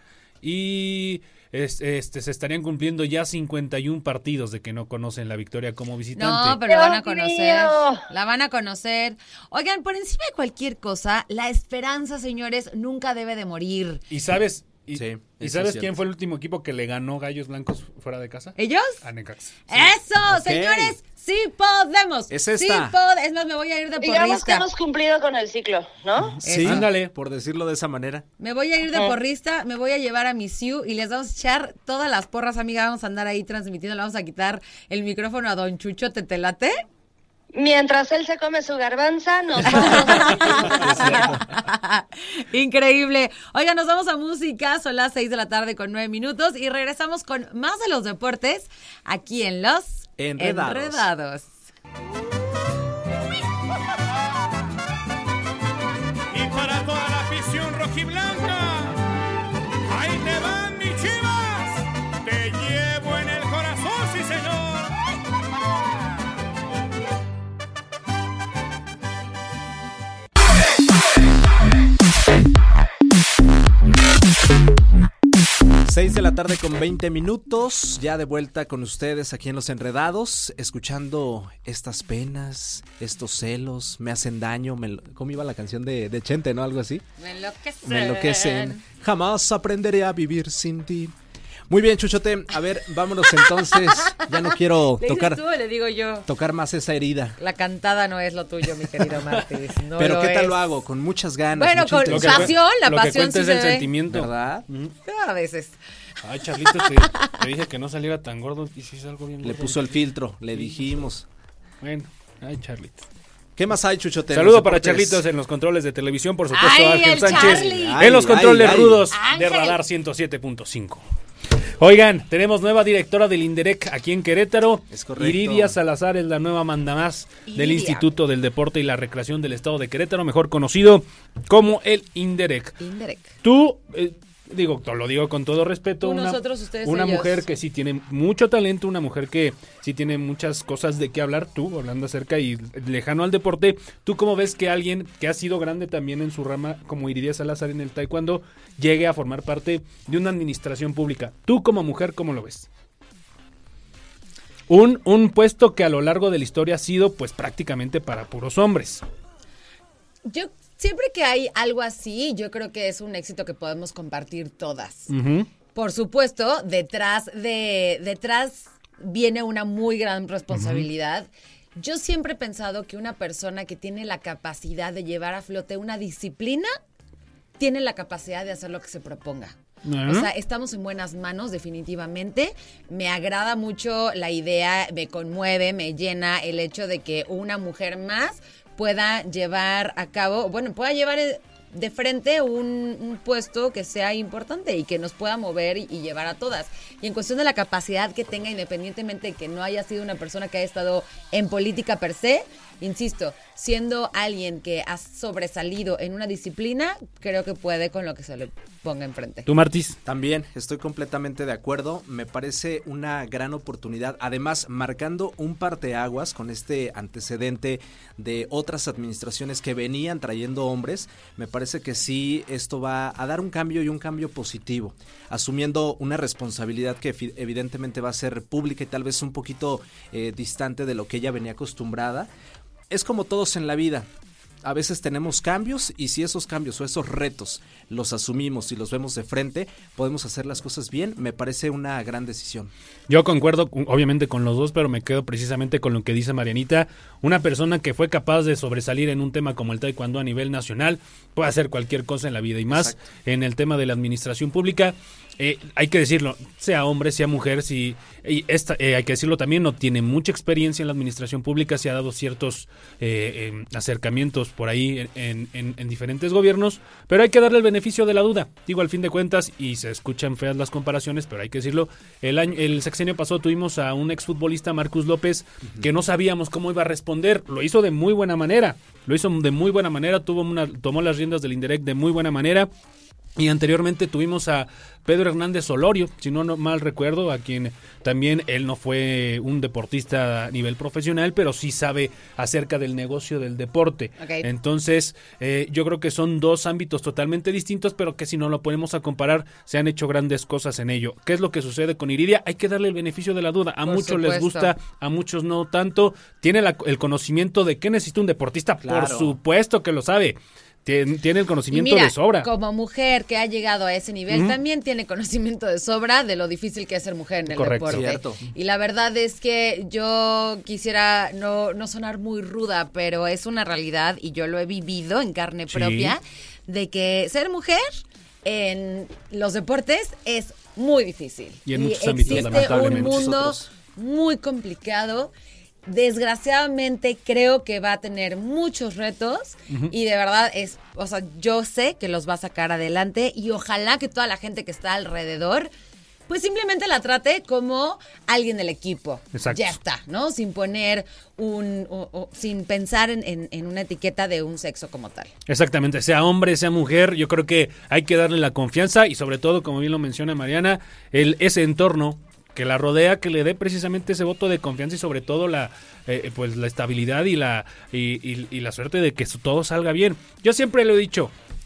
S6: y es- este se estarían cumpliendo ya cincuenta y uno partidos de que no conocen la victoria como visitante.
S3: No, pero la van a
S4: Dios
S3: conocer.
S4: mío.
S3: La van a conocer. Oigan, por encima de cualquier cosa, la esperanza, señores, nunca debe de morir.
S6: ¿Y sabes y,
S2: Sí,
S6: ¿y
S2: eso
S6: sabes
S2: es
S6: quién
S2: cierto.
S6: fue el último equipo que le ganó Gallos Blancos fuera de casa?
S3: ¿Ellos?
S6: A Necaxa.
S3: ¡Eso,
S2: Ok.
S3: señores! ¡Sí podemos!
S2: Es
S3: Sí
S2: esta.
S3: pod- Es más, me voy a ir de
S4: Digamos que
S3: porrista.
S4: hemos cumplido con el ciclo, ¿no?
S2: Sí,
S6: Ándale.
S2: por decirlo de esa manera.
S3: Me voy a ir de
S4: Ajá.
S3: porrista, me voy a llevar a mi Siu y les vamos a echar todas las porras, amiga. Vamos a andar ahí transmitiendo, le vamos a quitar el micrófono a Don Chucho, ¿te te late?
S4: Mientras él se come su garbanza, nos vamos.
S3: Increíble. Oigan, nos vamos a música, son las seis de la tarde con nueve minutos y regresamos con más de los deportes aquí en Los
S2: Enredados.
S3: Enredados.
S2: la tarde con veinte minutos, ya de vuelta con ustedes aquí en Los Enredados, escuchando estas penas, estos celos, me hacen daño, me, ¿cómo iba la canción de, de Chente, no? Algo así.
S3: Me enloquecen.
S2: Me enloquecen, jamás aprenderé a vivir sin ti. Muy bien, Chuchote, a ver, vámonos entonces, ya no quiero
S3: ¿Le
S2: tocar,
S3: dices tú o le digo yo?
S2: tocar más esa herida.
S3: La cantada no es lo tuyo, mi querido Martis. No
S2: Pero
S3: lo
S2: ¿qué tal
S3: es.
S2: lo hago? Con muchas ganas.
S3: Bueno,
S2: mucha
S3: con
S2: intención.
S3: pasión, la
S6: lo que
S3: pasión
S6: cuenta
S3: sí
S6: es
S3: se
S6: el
S3: ve.
S6: sentimiento.
S2: ¿Verdad?
S3: A veces.
S6: Ay, Charlitos, te, te dije que no saliera tan gordo y si es algo bien
S2: Le
S6: gordo.
S2: puso el filtro, le dijimos.
S6: Bueno, ay, Charlitos.
S2: ¿Qué más hay, Chuchote?
S6: Saludo
S2: Los
S6: para
S2: deportes.
S6: Charlitos en los controles de televisión, por supuesto,
S3: ¡Ay,
S6: Ángel
S3: el
S6: Sánchez.
S3: Charlie!
S2: Ay,
S6: En los controles
S2: ay,
S6: rudos
S3: ay.
S6: de
S3: Ángel.
S6: Radar ciento siete punto cinco. Oigan, tenemos nueva directora del INDEREC aquí en Querétaro.
S2: Es correcto.
S6: Iridia Salazar es la nueva mandamás del
S3: Iridia.
S6: Instituto del Deporte y la Recreación del Estado de Querétaro, mejor conocido como el INDEREC.
S3: Inderek.
S6: Tú, eh, digo, te lo digo con todo respeto,
S3: Tú,
S6: una,
S3: nosotros, ustedes,
S6: una
S3: ellos.
S6: mujer que sí tiene mucho talento, una mujer que sí tiene muchas cosas de qué hablar, tú, hablando acerca y lejano al deporte, ¿tú cómo ves que alguien que ha sido grande también en su rama, como Iridia Salazar en el taekwondo, llegue a formar parte de una administración pública? Tú como mujer, ¿cómo lo ves? Un, un puesto que a lo largo de la historia ha sido pues prácticamente para puros hombres.
S3: Yo siempre que hay algo así, yo creo que es un éxito que podemos compartir todas.
S6: Ujú.
S3: Por supuesto, detrás de detrás viene una muy gran responsabilidad. Uh-huh. Yo siempre he pensado que una persona que tiene la capacidad de llevar a flote una disciplina tiene la capacidad de hacer lo que se proponga.
S6: Uh-huh.
S3: O sea, estamos en buenas manos, definitivamente. Me agrada mucho la idea, me conmueve, me llena el hecho de que una mujer más pueda llevar a cabo, bueno, pueda llevar de frente un, un puesto que sea importante y que nos pueda mover y, y llevar a todas. Y en cuestión de la capacidad que tenga, independientemente de que no haya sido una persona que haya estado en política per se, insisto, siendo alguien que ha sobresalido en una disciplina, creo que puede con lo que se le ponga enfrente.
S6: ¿Tú, Martis?
S2: También estoy completamente de acuerdo, me parece una gran oportunidad, además marcando un parteaguas con este antecedente de otras administraciones que venían trayendo hombres. Me parece que sí, esto va a dar un cambio y un cambio positivo, asumiendo una responsabilidad que evidentemente va a ser pública y tal vez un poquito eh, distante de lo que ella venía acostumbrada. Es como todos en la vida. A veces tenemos cambios y si esos cambios o esos retos los asumimos y los vemos de frente, podemos hacer las cosas bien. Me parece una gran decisión.
S6: Yo concuerdo obviamente con los dos, pero me quedo precisamente con lo que dice Marianita. Una persona que fue capaz de sobresalir en un tema como el taekwondo a nivel nacional puede hacer cualquier cosa en la vida y más Exacto. En el tema de la administración pública. Eh, hay que decirlo, sea hombre, sea mujer, si, y esta, eh, hay que decirlo también, no tiene mucha experiencia en la administración pública, se ha dado ciertos eh, eh, acercamientos por ahí en, en, en diferentes gobiernos, pero hay que darle el beneficio de la duda. Digo, al fin de cuentas, y se escuchan feas las comparaciones, pero hay que decirlo, el año, el sexenio pasado tuvimos a un exfutbolista, Marcus López, uh-huh. que no sabíamos cómo iba a responder, lo hizo de muy buena manera, lo hizo de muy buena manera, tuvo una, tomó las riendas del INDEREC de muy buena manera. Y anteriormente tuvimos a Pedro Hernández Solorio, si no, no mal recuerdo, a quien también él no fue un deportista a nivel profesional, pero sí sabe acerca del negocio del deporte. Okay. Entonces, eh, yo creo que son dos ámbitos totalmente distintos, pero que si no lo ponemos a comparar, se han hecho grandes cosas en ello. ¿Qué es lo que sucede con Iridia? Hay que darle el beneficio de la duda. A Por muchos supuesto. Les gusta, a muchos no tanto. Tiene la, el conocimiento de qué necesita un deportista, claro. Por supuesto que lo sabe. Tiene el conocimiento
S3: mira,
S6: de sobra.
S3: Como mujer que ha llegado a ese nivel, uh-huh. también tiene conocimiento de sobra de lo difícil que es ser mujer en el
S6: Correcto.
S3: deporte.
S2: Cierto.
S3: Y la verdad es que yo quisiera no, no sonar muy ruda, pero es una realidad y yo lo he vivido en carne sí. propia, de que ser mujer en los deportes es muy difícil.
S6: Y en
S3: y
S6: muchos ámbitos,
S3: existe un mundo
S2: Nosotros.
S3: muy complicado. Desgraciadamente creo que va a tener muchos retos uh-huh. y de verdad es, o sea, yo sé que los va a sacar adelante y ojalá que toda la gente que está alrededor pues simplemente la trate como alguien del equipo.
S6: Exacto.
S3: Ya está, ¿no? Sin poner un, o, o, sin pensar en, en, en una etiqueta de un sexo como tal.
S6: Exactamente, sea hombre, sea mujer, yo creo que hay que darle la confianza y sobre todo, como bien lo menciona Mariana, el ese entorno que la rodea, que le dé precisamente ese voto de confianza y sobre todo la eh, pues la estabilidad y la y, y, y la suerte de que todo salga bien. Yo siempre lo he dicho,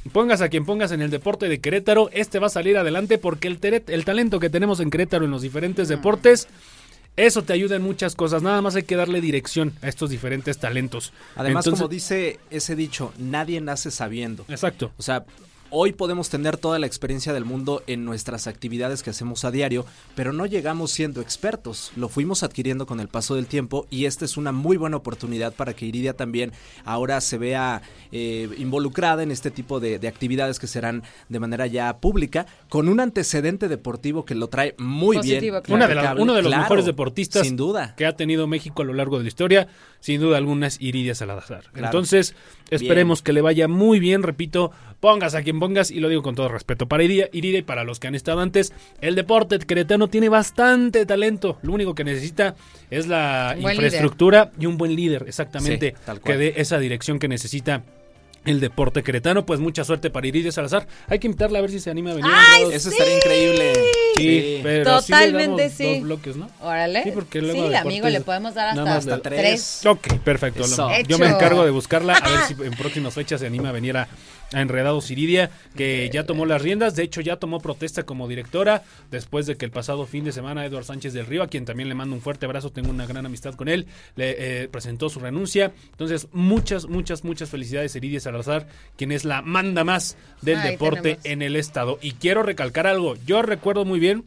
S6: pongas a quien pongas en el deporte de Querétaro, este va a salir adelante porque el, teret, el talento que tenemos en Querétaro en los diferentes deportes, eso te ayuda en muchas cosas. Nada más hay que darle dirección a estos diferentes talentos.
S2: Además,
S6: Entonces,
S2: como dice ese dicho, nadie nace sabiendo.
S6: Exacto.
S2: O sea, hoy podemos tener toda la experiencia del mundo en nuestras actividades que hacemos a diario, pero no llegamos siendo expertos. Lo fuimos adquiriendo con el paso del tiempo y esta es una muy buena oportunidad para que Iridia también ahora se vea eh, involucrada en este tipo de, de actividades que serán de manera ya pública, con un antecedente deportivo que lo trae muy
S3: Positivo,
S2: bien.
S3: claro.
S6: Una de la, uno de los
S2: Claro,
S6: mejores deportistas
S2: sin duda.
S6: que ha tenido México a lo largo de la historia, sin duda alguna es Iridia Salazar.
S2: Claro.
S6: Entonces, esperemos bien. que le vaya muy bien, repito, pongas a quien pongas, y lo digo con todo respeto para Iridia, Iridia y para los que han estado antes, el deporte queretano tiene bastante talento, lo único que necesita es la
S3: Buen
S6: infraestructura líder. y un buen líder, exactamente,
S2: Sí, tal cual.
S6: que dé esa dirección que necesita el deporte queretano. Pues mucha suerte para Iridia Salazar. Hay que invitarla a ver si se anima a venir.
S3: ¡Ay,
S6: Dos-
S2: Eso
S3: sí!
S2: estaría increíble.
S6: Sí,
S2: Sí.
S6: pero
S3: Totalmente
S6: sí. le damos
S3: sí.
S6: dos bloques, ¿no?
S3: Órale.
S6: Sí, porque luego
S3: Sí,
S6: deportes-
S3: amigo, le podemos dar hasta,
S6: nada más
S2: hasta
S6: de-
S2: tres.
S6: Ok, perfecto.
S2: Eso.
S6: Yo
S3: Hecho.
S6: me encargo de buscarla, a ver si en próximas fechas se anima a venir a, a Enredados Iridia, que ya tomó las riendas. De hecho, ya tomó protesta como directora después de que el pasado fin de semana Eduardo Sánchez del Río, a quien también le mando un fuerte abrazo, tengo una gran amistad con él, le eh, presentó su renuncia. Entonces, muchas, muchas, muchas felicidades a Iridia Salazar, quien es la manda más del
S3: Ahí
S6: deporte
S3: tenemos.
S6: en el estado. Y quiero recalcar algo, yo recuerdo muy bien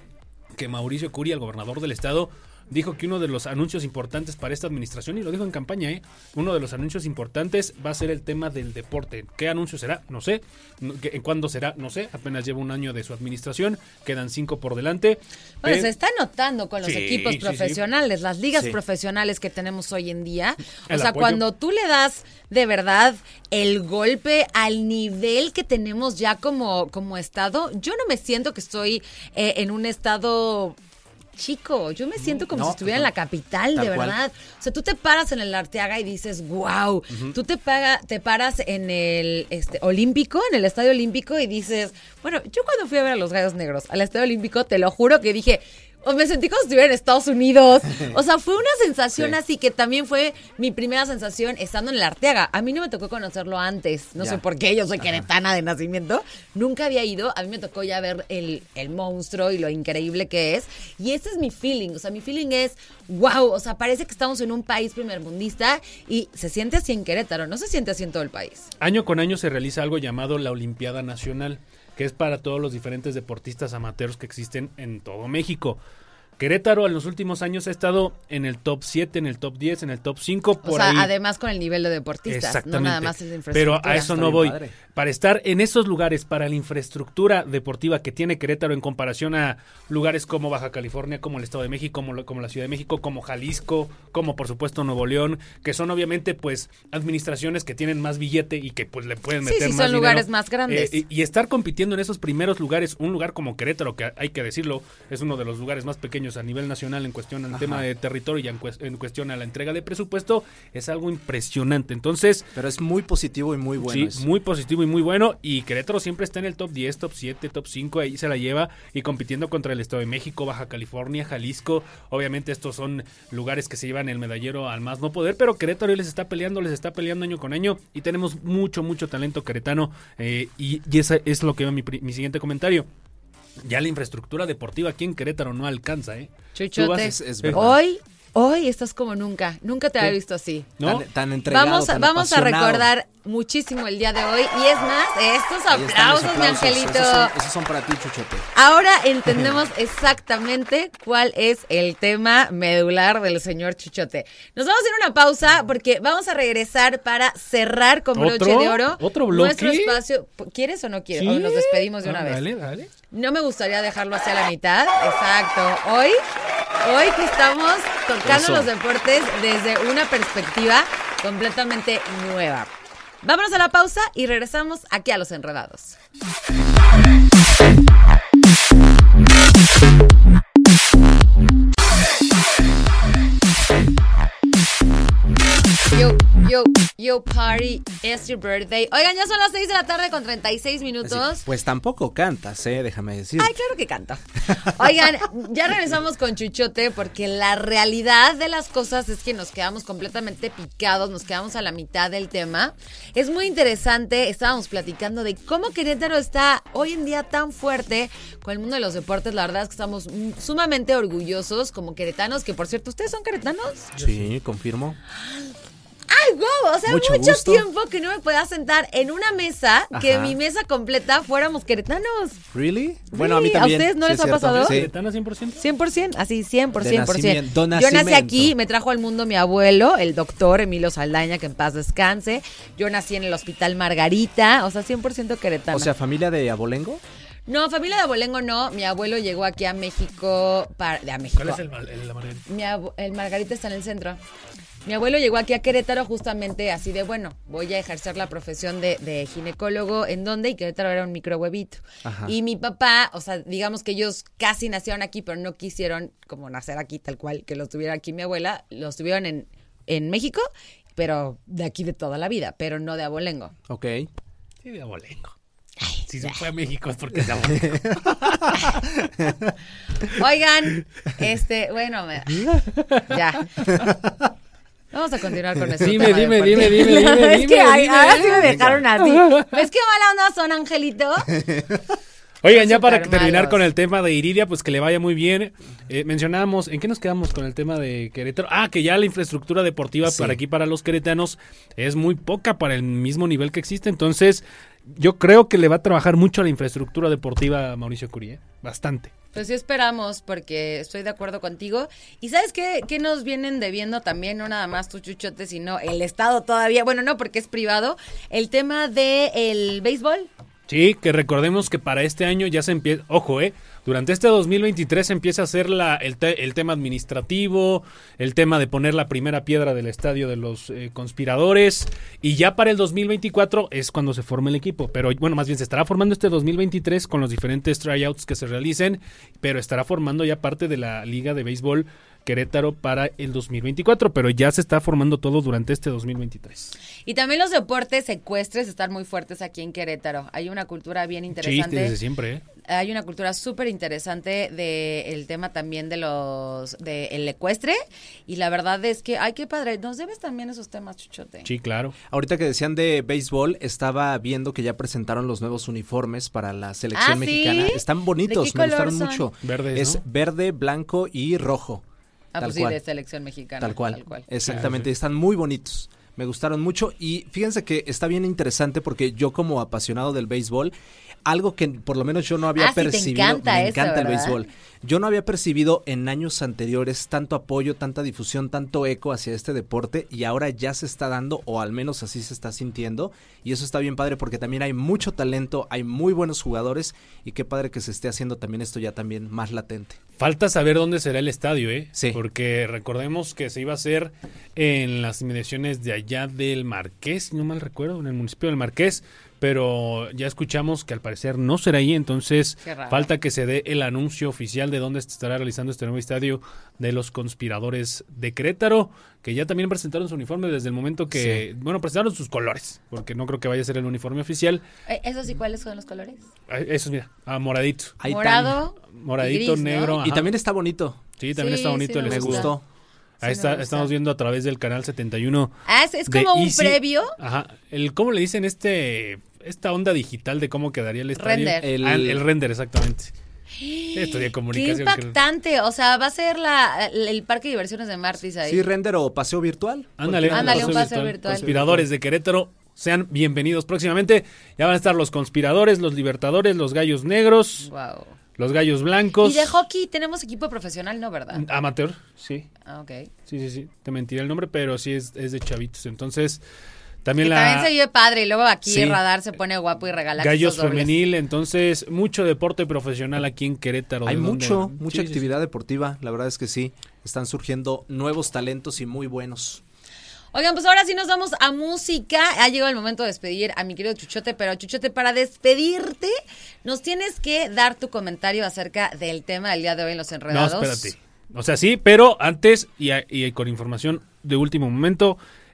S6: que Mauricio Curi, el gobernador del estado, dijo que uno de los anuncios importantes para esta administración, y lo dijo en campaña, ¿eh? uno de los anuncios importantes va a ser el tema del deporte. ¿Qué anuncio será? No sé. ¿En cuándo será? No sé. Apenas lleva un año de su administración, quedan cinco por delante.
S3: Bueno,
S6: Pe-
S3: se está notando con los
S6: Sí,
S3: equipos
S6: sí, sí.
S3: profesionales, las ligas
S2: Sí.
S3: profesionales que tenemos hoy en día. O
S6: El
S3: sea,
S6: apoyo.
S3: cuando tú le das de verdad el golpe al nivel que tenemos ya como, como estado, yo no me siento que estoy eh, en un estado chico, yo me siento como
S2: no,
S3: si estuviera en la capital,
S2: tal
S3: de
S2: cual.
S3: verdad. O sea, tú te paras en el Arteaga y dices, wow, tú te, paga, te paras en el este, Olímpico, en el Estadio Olímpico y dices, bueno, yo cuando fui a ver a los Gallos Negros al Estadio Olímpico, te lo juro que dije, o me sentí como si estuviera en Estados Unidos. O sea, fue una sensación
S2: Sí.
S3: así que también fue mi primera sensación estando en el Arteaga. A mí no me tocó conocerlo antes. No
S2: Ya.
S3: sé por qué, yo soy queretana de nacimiento. Nunca había ido. A mí me tocó ya ver el, el monstruo y lo increíble que es. Y ese es mi feeling. O sea, mi feeling es, wow, o sea, parece que estamos en un país primermundista y se siente así en Querétaro. No se siente así en todo el país.
S6: Año con año se realiza algo llamado la Olimpiada Nacional, que es para todos los diferentes deportistas amateurs que existen en todo México. Querétaro en los últimos años ha estado en el top siete, en el top diez, en el top cinco, por
S3: O sea,
S6: ahí.
S3: además con el nivel de deportistas,
S6: Exactamente.
S3: no nada más es de
S6: Pero
S3: infraestructura.
S6: a eso
S2: Está
S6: no
S2: bien
S6: voy.
S2: padre.
S6: Para estar en esos lugares, para la infraestructura deportiva que tiene Querétaro en comparación a lugares como Baja California, como el Estado de México, como, lo- como la Ciudad de México, como Jalisco, como por supuesto Nuevo León, que son obviamente pues administraciones que tienen más billete y que pues le pueden
S3: Sí,
S6: meter
S3: sí,
S6: más
S3: son
S6: dinero.
S3: lugares más grandes.
S6: Eh, y, y estar compitiendo en esos primeros lugares, un lugar como Querétaro, que hay que decirlo, es uno de los lugares más pequeños a nivel nacional en cuestión al
S2: Ajá.
S6: tema de territorio y en, cues- en cuestión a la entrega de presupuesto, es algo impresionante. Entonces,
S2: Pero es muy positivo y muy bueno.
S6: sí,
S2: eso.
S6: muy positivo y muy bueno. Y Querétaro siempre está en el top diez, top siete, top cinco. Ahí se la lleva y compitiendo contra el Estado de México, Baja California, Jalisco. Obviamente estos son lugares que se llevan el medallero al más no poder. Pero Querétaro hoy les está peleando, les está peleando año con año. Y tenemos mucho, mucho talento queretano. Eh, y, y ese es lo que va mi, pri- mi siguiente comentario. Ya la infraestructura deportiva aquí en Querétaro no alcanza, ¿eh?
S3: Chuchote,
S6: Tú vas-
S2: Es- es verdad.
S3: hoy, hoy estás como nunca. Nunca te había
S6: Sí.
S3: visto así.
S6: ¿No?
S2: Tan, tan entregado,
S3: Vamos, a,
S2: tan
S3: vamos a
S2: apasionado.
S3: recordar muchísimo el día de hoy. Y es más, estos
S2: Ahí están los
S3: aplausos, mi angelito.
S2: Esos son, esos son para ti, Chuchote.
S3: Ahora entendemos exactamente cuál es el tema medular del señor Chuchote. Nos vamos a ir a una pausa porque vamos a regresar para cerrar con broche
S6: ¿Otro?
S3: de oro
S6: ¿Otro bloque?
S3: nuestro espacio. ¿Quieres o no quieres?
S6: ¿Sí?
S3: O nos despedimos de
S6: Ah,
S3: una vez.
S6: Dale, dale.
S3: No me gustaría dejarlo hacia la mitad. Exacto. Hoy, hoy que estamos tocando
S2: Eso.
S3: los deportes desde una perspectiva completamente nueva. Vámonos a la pausa y regresamos aquí a Los Enredados. Yo, yo, yo. Radio Party, it's your birthday. Oigan, ya son las seis de la tarde con treinta y seis minutos.
S2: Así, pues tampoco cantas, eh, déjame decir.
S3: Ay, claro que canto. Oigan, ya regresamos con Chuchote porque la realidad de las cosas es que nos quedamos completamente picados, nos quedamos a la mitad del tema. Es muy interesante, estábamos platicando de cómo Querétaro está hoy en día tan fuerte con el mundo de los deportes. La verdad es que estamos sumamente orgullosos como queretanos, que por cierto, ¿ustedes son queretanos?
S2: Sí, confirmo.
S3: ¡Ay, wow! O sea, mucho, mucho tiempo que no me podía sentar en una mesa, Ajá. que mi mesa completa fuéramos queretanos.
S2: ¿Really?
S3: Sí.
S2: Bueno, a mí también.
S3: ¿A ustedes no
S2: sí,
S3: les ha pasado?
S6: Sí. ¿Queretana cien por ciento?
S3: cien por ciento, así cien por ciento.
S2: De
S3: cien por ciento. Yo nací aquí, me trajo al mundo mi abuelo, el doctor Emilio Saldaña, que en paz descanse. Yo nací en el Hospital Margarita, o sea, cien por ciento queretana.
S2: O sea, ¿familia de abolengo?
S3: No, familia de abolengo no. Mi abuelo llegó aquí a México. Para, de a México.
S6: ¿Cuál es el, el, el Margarita?
S3: Mi ab, el Margarita está en el centro. Mi abuelo llegó aquí a Querétaro justamente así de, bueno, voy a ejercer la profesión de, de ginecólogo, ¿en dónde? Y Querétaro era un microhuevito. Ajá. Y mi papá, o sea, digamos que ellos casi nacieron aquí, pero no quisieron como nacer aquí tal cual, que los tuviera aquí mi abuela. Los tuvieron en, en México, pero de aquí de toda la vida, pero no de abolengo.
S2: Ok.
S6: Sí, de abolengo. Ay, si se fue a México es porque es de abolengo.
S3: Oigan, este, bueno, me, ya. Vamos a continuar con esto.
S6: Dime, dime, dime, dime, dime, dime.
S3: Es que
S6: dime,
S3: ahora
S6: dime,
S3: sí me
S6: dime.
S3: dejaron así. ¿Ves qué mala onda son, Angelito?
S6: Oigan, ya para
S3: Super
S6: terminar
S3: malos.
S6: con el tema de Iridia, pues que le vaya muy bien. Eh, mencionábamos, ¿en qué nos quedamos con el tema de Querétaro? Ah, que ya la infraestructura deportiva
S2: Sí.
S6: para aquí, para los queretanos, es muy poca para el mismo nivel que existe. Entonces, yo creo que le va a trabajar mucho a la infraestructura deportiva a Mauricio Curi, ¿eh? Bastante.
S3: Pues sí esperamos, porque estoy de acuerdo contigo. ¿Y sabes qué, qué nos vienen debiendo también? No nada más tu Chuchote, sino el Estado todavía. Bueno, no, porque es privado. El tema del béisbol.
S6: Sí, que recordemos que para este año ya se empieza, ojo, eh, durante este dos mil veintitrés se empieza a hacer la, el, te, el tema administrativo, el tema de poner la primera piedra del estadio de los eh, conspiradores, y ya para el dos mil veinticuatro es cuando se forma el equipo, pero bueno, más bien se estará formando este dos mil veintitrés con los diferentes tryouts que se realicen, pero estará formando ya parte de la Liga de Béisbol Querétaro para el dos mil veinticuatro, pero ya se está formando todo durante este dos mil veintitrés.
S3: Y también los deportes ecuestres están muy fuertes aquí en Querétaro. Hay una cultura bien interesante.
S6: Sí, desde siempre, ¿eh?
S3: Hay una cultura súper interesante del tema también de los de el ecuestre, y la verdad es que, ay, qué padre, nos debes también esos temas, Chuchote.
S6: Sí, claro.
S2: Ahorita que decían de béisbol, estaba viendo que ya presentaron los nuevos uniformes para la selección
S3: ¿Ah,
S2: mexicana.
S3: sí?
S2: Están
S3: ¿De
S2: bonitos,
S3: qué
S2: me
S3: color
S2: gustaron
S3: son?
S2: mucho.
S6: Verdes,
S2: Es
S6: ¿no?
S2: verde, blanco y rojo.
S3: Ah,
S2: tal
S3: pues sí,
S2: cual.
S3: de selección mexicana.
S2: Tal cual,
S3: Tal cual.
S2: exactamente, están muy bonitos, me gustaron mucho y fíjense que está bien interesante porque yo como apasionado del béisbol, algo que por lo menos yo no había
S3: Ah, sí, te
S2: percibido,
S3: encanta
S2: me
S3: eso,
S2: encanta el
S3: ¿verdad?
S2: béisbol, yo no había percibido en años anteriores tanto apoyo, tanta difusión, tanto eco hacia este deporte y ahora ya se está dando o al menos así se está sintiendo y eso está bien padre porque también hay mucho talento, hay muy buenos jugadores y qué padre que se esté haciendo también esto ya también más latente.
S6: Falta saber dónde será el estadio, ¿eh?
S2: Sí.
S6: Porque recordemos que se iba a hacer en las inmediaciones de allá del Marqués, si no mal recuerdo, en el municipio del Marqués, pero ya escuchamos que al parecer no será ahí, entonces
S3: Qué raro.
S6: falta que se dé el anuncio oficial de dónde se estará realizando este nuevo estadio de los conspiradores de Querétaro, que ya también presentaron su uniforme desde el momento que,
S2: Sí.
S6: bueno, presentaron sus colores, porque no creo que vaya a ser el uniforme oficial.
S3: Eh, ¿Eso sí cuáles son los colores?
S6: Ah, Eso, mira, ah, moradito.
S2: Ahí
S3: Morado,
S6: Moradito,
S3: y gris, ¿no?
S6: negro.
S2: Y
S6: ajá.
S2: también está bonito,
S6: Sí, también
S3: Sí,
S6: está bonito
S3: sí
S6: el
S3: me
S2: me
S6: escudo.
S2: gustó.
S6: Ahí
S3: Sí,
S6: está,
S3: me gusta.
S6: estamos viendo a través del canal setenta y uno.
S3: Ah, es, es
S6: de
S3: como un
S6: Easy.
S3: previo.
S6: Ajá. El, ¿cómo le dicen este esta onda digital de cómo quedaría el estadio?
S3: Render.
S6: El,
S2: El-
S6: el, el render, exactamente. Estudié
S3: Qué
S6: comunicación.
S3: impactante, o sea, va a ser la, el parque de diversiones de Martis ahí.
S2: Sí, render o paseo virtual.
S6: Ándale,
S3: Ándale, un paseo virtual.
S6: Conspiradores de Querétaro, sean bienvenidos próximamente. Ya van a estar los conspiradores, los libertadores, los gallos negros,
S3: Wow.
S6: los gallos blancos.
S3: Y de hockey tenemos equipo profesional, ¿no, verdad?
S6: Amateur, sí.
S3: Ah, ok.
S6: Sí, sí, sí. Te mentiré el nombre, pero sí es, es de chavitos. Entonces, también
S3: Que
S6: la...
S3: también se vive padre y luego aquí
S2: Sí.
S3: Radar se pone guapo y regala
S6: Gallos
S3: esos dobles.
S6: femenil, entonces mucho deporte profesional aquí en Querétaro.
S2: Hay
S6: ¿de
S2: mucho,
S6: dónde?
S2: mucha
S6: Sí, sí,
S2: actividad deportiva, la verdad es que sí, están surgiendo nuevos talentos y muy buenos.
S3: Oigan, pues ahora sí nos vamos a música. Ha llegado el momento de despedir a mi querido Chuchote, pero Chuchote, para despedirte, nos tienes que dar tu comentario acerca del tema del día de hoy en Los
S6: No,
S3: Enredados.
S6: espérate. O sea, sí, pero antes y, a- y con información de último momento,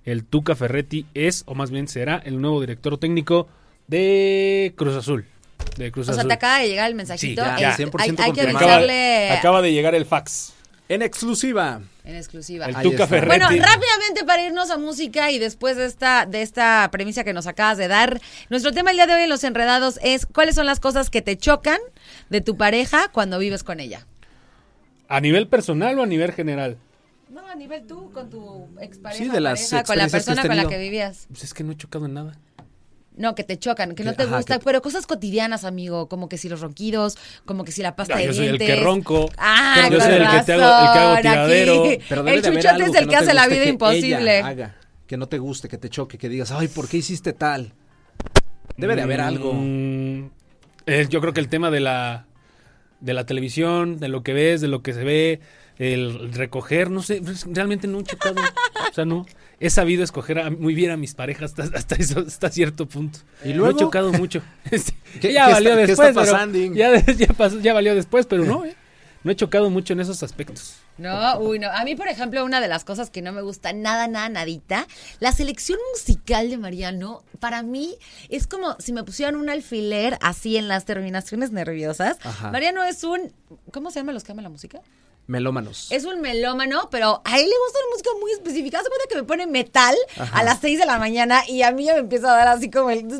S6: el Tuca Ferretti es, o más bien será, el nuevo director técnico de Cruz Azul. De Cruz
S3: O sea,
S6: Azul.
S3: te acaba de llegar el mensajito.
S6: Sí, ya,
S3: Es-
S6: ya.
S2: cien por
S3: hay,
S2: ciento
S3: hay que
S2: confirmado.
S3: avisarle
S6: Acaba, acaba de llegar el fax.
S2: En exclusiva.
S3: en exclusiva.
S6: El
S2: Ahí
S6: Tuca
S2: está.
S6: Ferretti.
S3: Bueno, rápidamente para irnos a música y después de esta de esta premisa que nos acabas de dar, nuestro tema el día de hoy en Los Enredados es ¿cuáles son las cosas que te chocan de tu pareja cuando vives con ella?
S6: ¿A nivel personal o a nivel general?
S3: No, a nivel tú, con tu expareja,
S2: Sí, de las
S3: pareja, con la
S2: experiencias que has
S3: persona con la
S2: tenido.
S3: que vivías.
S6: Pues es que no he chocado en nada.
S3: No, que te chocan, que no
S2: Que-
S3: te
S2: ajá,
S3: gusta,
S2: que-
S3: pero cosas cotidianas, amigo, como que si los ronquidos, como que si la pasta
S6: No,
S3: de
S6: yo soy el
S3: dientes.
S6: que ronco.
S3: Ah,
S6: Yo
S3: con
S6: soy el que te hago- el que hago
S3: razón,
S6: tiradero.
S3: aquí.
S2: Pero debe
S3: El
S2: de haber
S3: chuchote
S2: algo
S3: es el
S2: no
S3: que
S2: te
S3: hace la
S2: guste
S3: vida
S2: que
S3: imposible.
S2: ella haga, que no te guste, que te choque, que digas, ay, ¿por qué hiciste tal? Debe de haber algo.
S6: Mm, eh, yo creo que el tema de la de la televisión, de lo que ves, de lo que se ve, el recoger, no sé, pues, realmente no he chocado. O sea, no. He sabido escoger a- muy bien a mis parejas hasta, hasta, eso, hasta cierto punto.
S2: ¿Y
S6: No
S2: luego?
S6: he chocado mucho. Este,
S2: ¿Qué-
S6: ya
S2: qué
S6: valió
S2: está- qué
S6: después,
S2: está
S6: pero
S2: pasando?
S6: ya, ya, pasó- ya valió después, pero no, eh. No he chocado mucho en esos aspectos.
S3: No, uy, no. A mí, por ejemplo, una de las cosas que no me gusta nada, nada, nadita, la selección musical de Mariano, para mí, es como si me pusieran un alfiler así en las terminaciones nerviosas.
S2: Ajá.
S3: Mariano es un, ¿cómo se llaman los que aman la música?
S2: Melómanos.
S3: Es un melómano, pero a él le gusta una música muy específica. Hace cuenta que me pone metal
S2: Ajá.
S3: a las seis de la mañana y a mí ya me empieza a dar así como el...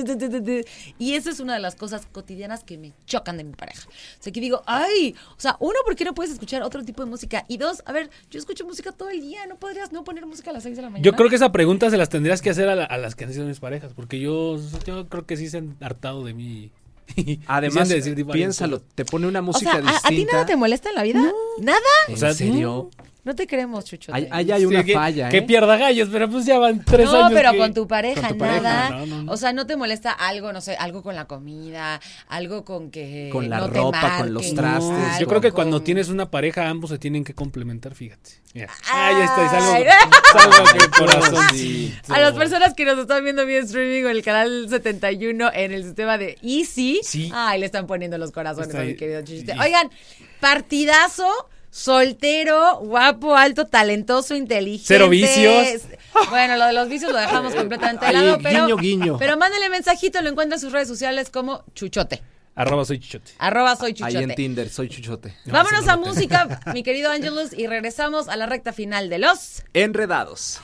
S3: Y eso es una de las cosas cotidianas que me chocan de mi pareja. O sea, que digo, ay, o sea, uno, ¿por qué no puedes escuchar otro tipo de música? Y dos, a ver, yo escucho música todo el día, ¿no podrías no poner música a las seis de la mañana?
S6: Yo creo que esa pregunta se las tendrías que hacer a, la- a las que han sido mis parejas, porque yo, yo creo que sí se han hartado de mí.
S2: Además,
S6: Sí han de decir varias
S2: piénsalo,
S6: cosas.
S2: te pone una
S3: O
S2: música
S3: sea, ¿a,
S2: distinta.
S3: ¿a ti nada te molesta en la vida? ¿Nada?
S2: ¿En
S6: O sea,
S2: serio?
S3: No te queremos, Chuchote.
S2: Ahí, ahí hay una
S6: Sí, que-
S2: falla,
S6: Que
S2: ¿eh?
S6: pierda gallos, pero pues ya van tres
S3: no,
S6: años.
S3: pero
S6: que-
S3: con tu pareja,
S2: con tu pareja,
S3: nada.
S6: no, no, no.
S3: O sea, no te molesta algo, no sé, algo con la comida, algo con que
S2: Con la
S3: no te
S2: ropa,
S3: marque,
S2: con los
S6: No,
S2: trastes,
S3: algo
S6: yo creo que
S3: con-
S6: cuando tienes una pareja, ambos se tienen que complementar, fíjate. Mira. Ah, ya está, es
S3: Ay.
S6: algo, es algo que el corazón.
S2: Sí.
S3: A las personas que nos están viendo vía streaming en el canal setenta y uno en el sistema de Easy,
S6: Sí.
S3: ay, le están poniendo los corazones
S6: Está
S3: a mi
S6: ahí.
S3: querido Chuchiste.
S6: Sí.
S3: Oigan, partidazo, soltero, guapo, alto, talentoso, inteligente.
S6: Cero vicios.
S3: Bueno, lo de los vicios lo dejamos completamente de
S2: Ahí,
S3: lado, pero,
S2: guiño, guiño.
S3: pero mándale mensajito, lo encuentra en sus redes sociales como Chuchote.
S6: Arroba soy chichote.
S3: Arroba soy
S2: Ahí
S3: Chuchote.
S2: en Tinder, soy Chuchote.
S3: Vámonos
S6: ese no
S3: a
S6: lo tengo.
S3: música, mi querido Angelus, y regresamos a la recta final de los...
S2: Enredados.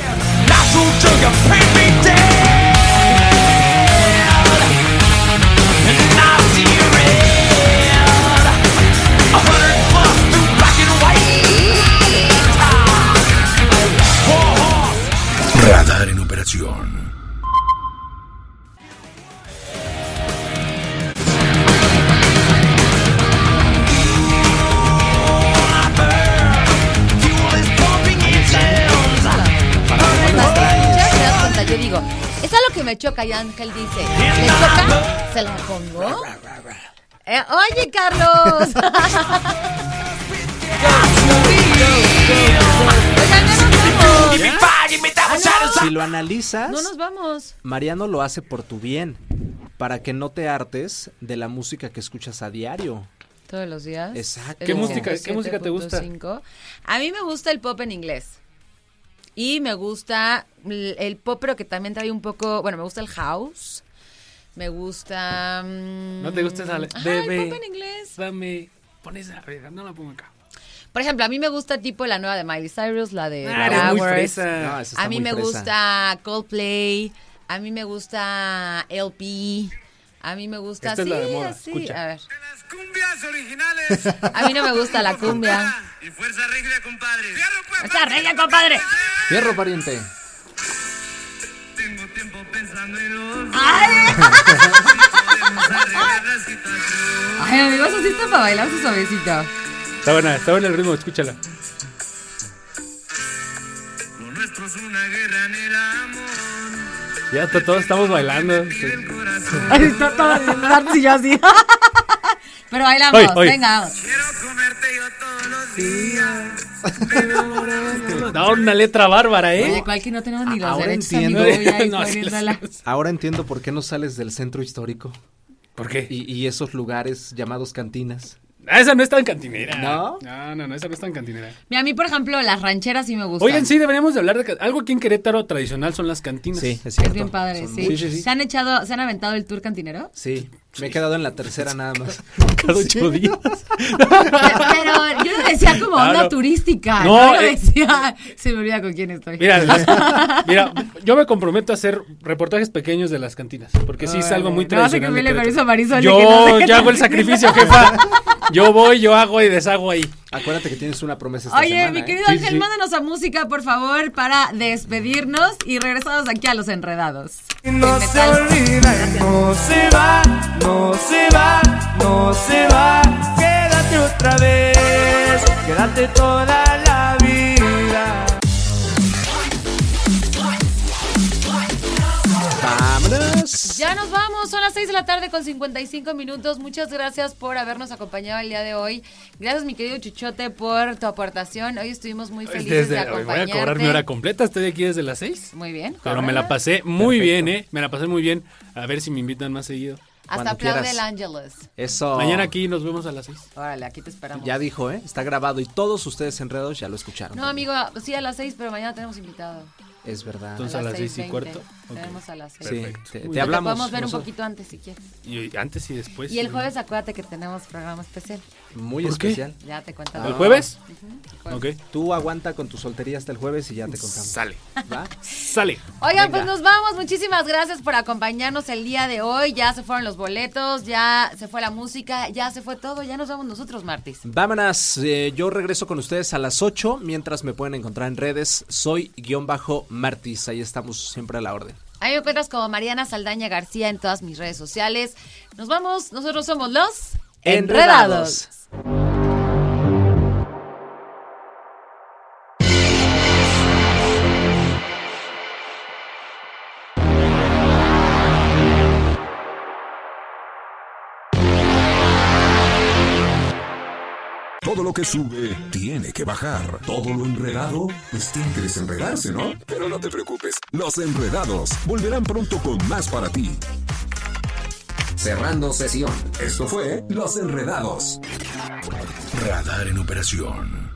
S1: Radar en operación.
S3: Ya te das cuenta, yo digo, es algo que me choca y Ángel dice, ¿le choca? ¿Se la pongo? Eh, oye, Carlos. Oigan, no nos vamos.
S2: Si lo analizas,
S3: No nos vamos.
S2: Mariano lo hace por tu bien, para que no te hartes de la música que escuchas a diario.
S3: Todos los días.
S2: Exacto.
S6: ¿Qué música- qué música te gusta?
S3: ciento siete punto cinco. A mí me gusta el pop en inglés. Y me gusta el el pop, pero que también trae un poco... Bueno, me gusta el house. Me gusta... mm,
S6: ¿No te gusta esa?
S3: ajá,
S6: Bebé,
S3: el pop en inglés.
S6: Dame, pon esa, a ver, no la pongo acá.
S3: Por ejemplo, a mí me gusta tipo la nueva de Miley Cyrus, la de
S6: Ah, eres muy
S3: Flowers.
S6: fresa.
S2: No, esa está
S3: A mí
S2: muy
S3: me
S2: fresa.
S3: gusta Coldplay. A mí me gusta L P. A mí me gusta...
S6: Esta es
S3: sí,
S6: la de moda,
S3: sí,
S6: escucha.
S3: a ver.
S7: Las cumbias originales.
S3: A mí no me gusta la cumbia.
S7: Y fuerza regia, compadre. Fierro, pues,
S3: ¡Fuerza regia, compadre!
S2: Fierro, pariente.
S7: Tengo tiempo pensando en los
S3: ¡Ay!
S7: podemos arreglar la situación.
S3: Ay, amigos, así está para bailar su suavecito.
S6: Está buena, está buena el ritmo, escúchala.
S7: Lo nuestro es una guerra en el amor.
S6: Ya to- todos estamos bailando.
S7: El corazón.
S3: Ay, está todo Narcis y yo así. Pero bailamos,
S6: Oye, oye.
S3: venga.
S7: Quiero comerte yo todos los días.
S6: Da una letra bárbara, ¿eh?
S3: Oye, ¿cuál que no tenemos ni los
S2: Ahora
S3: derechos,
S2: entiendo.
S3: amigo? Ya ahí
S6: No, sí,
S3: poniéndola.
S2: Ahora entiendo por qué no sales del centro histórico
S6: ¿Por qué?
S2: y, y esos lugares llamados cantinas.
S6: Ah, esa no es tan cantinera.
S2: ¿No?
S6: No, no, no, esa no es tan cantinera.
S3: Mira, a mí, por ejemplo, las rancheras sí me gustan.
S6: Oigan, sí, deberíamos de hablar de... ca- Algo aquí en Querétaro tradicional son las cantinas.
S2: Sí, es
S3: Es
S2: cierto.
S3: bien padre,
S2: Son
S3: sí.
S2: muy- sí, sí.
S3: ¿Se han echado, se han aventado el tour cantinero?
S2: Sí, me he quedado en la tercera nada más.
S6: Cada ocho días.
S3: Pero yo lo decía como onda
S6: Claro.
S3: turística.
S6: No,
S3: No, lo
S6: eh.
S3: decía. Se me olvida con quién estoy.
S6: Mira, las- mira, yo me comprometo a hacer reportajes pequeños de las cantinas, porque sí es algo muy
S3: No hace que
S6: tradicional.
S3: me
S6: de
S3: le
S6: Querétaro.
S3: hizo Marisol.
S6: Yo,
S3: de que no sé qué
S6: yo
S3: tal.
S6: hago el sacrificio, jefa. Yo voy, yo hago y deshago ahí.
S2: Acuérdate que tienes una promesa esta
S3: Oye,
S2: semana,
S3: mi
S2: ¿eh?
S3: querido
S6: Sí,
S3: Ángel,
S6: sí.
S3: mándanos a música, por favor, para despedirnos y regresamos aquí a Los Enredados.
S7: No
S3: El
S7: se
S3: metal.
S7: olvida, no se va, no se va, no se va. Quédate otra vez, quédate toda la vida.
S2: ¡Vámonos!
S3: Ya nos vamos, son las seis de la tarde con cincuenta y cinco minutos. Muchas gracias por habernos acompañado el día de hoy. Gracias, mi querido Chuchote, por tu aportación. Hoy estuvimos muy felices
S6: Desde,
S3: de
S6: hoy voy a
S3: acompañarte.
S6: cobrar mi hora completa, estoy aquí desde las seis.
S3: Muy bien.
S6: Pero me
S3: cóbrala.
S6: la pasé muy
S2: Perfecto.
S6: bien, ¿eh? Me la pasé muy bien. A ver si me invitan más seguido.
S3: Hasta
S2: Cuando
S3: aplaude
S2: quieras.
S3: el Ángeles.
S2: Eso.
S6: Mañana aquí nos vemos a las seis.
S3: Órale, aquí te esperamos.
S2: Ya dijo, ¿eh? Está grabado y todos ustedes enredados ya lo escucharon.
S3: No, amigo, sí a las seis, pero mañana tenemos invitado.
S2: Es verdad.
S6: Entonces, a las seis y
S3: veinte.
S6: cuarto. Ok.
S3: Tenemos a las seis.
S2: Sí,
S6: Perfecto.
S2: te,
S6: Muy
S2: te
S6: bien.
S2: hablamos.
S3: Te podemos ver un
S2: nosotros.
S3: poquito antes si quieres.
S6: Y antes y después.
S3: Y el
S6: sí.
S3: jueves acuérdate que tenemos programa especial.
S2: Muy
S6: ¿Por qué?
S2: especial.
S3: Ya te cuento.
S6: ¿El jueves?
S3: Ujú.
S6: Ok.
S2: Tú aguanta con tu soltería hasta el jueves y ya te contamos.
S6: Sale.
S2: ¿Va?
S6: Sale.
S3: Oigan,
S2: Venga.
S3: pues nos vamos. Muchísimas gracias por acompañarnos el día de hoy. Ya se fueron los boletos, ya se fue la música, ya se fue todo. Ya nos vamos nosotros, Martis.
S2: Vámonos, eh, yo regreso con ustedes a las ocho, mientras me pueden encontrar en redes, soy guión bajo Martis, ahí estamos siempre a la orden.
S3: Ahí me encuentras como Mariana Saldaña García en todas mis redes sociales. Nos vamos, nosotros somos los Enredados.
S1: Todo lo que sube tiene que bajar. Todo lo enredado, pues tiene que desenredarse, ¿no? Pero no te preocupes, los enredados volverán pronto con más para ti. Cerrando sesión. Esto fue Los Enredados. Radar en operación.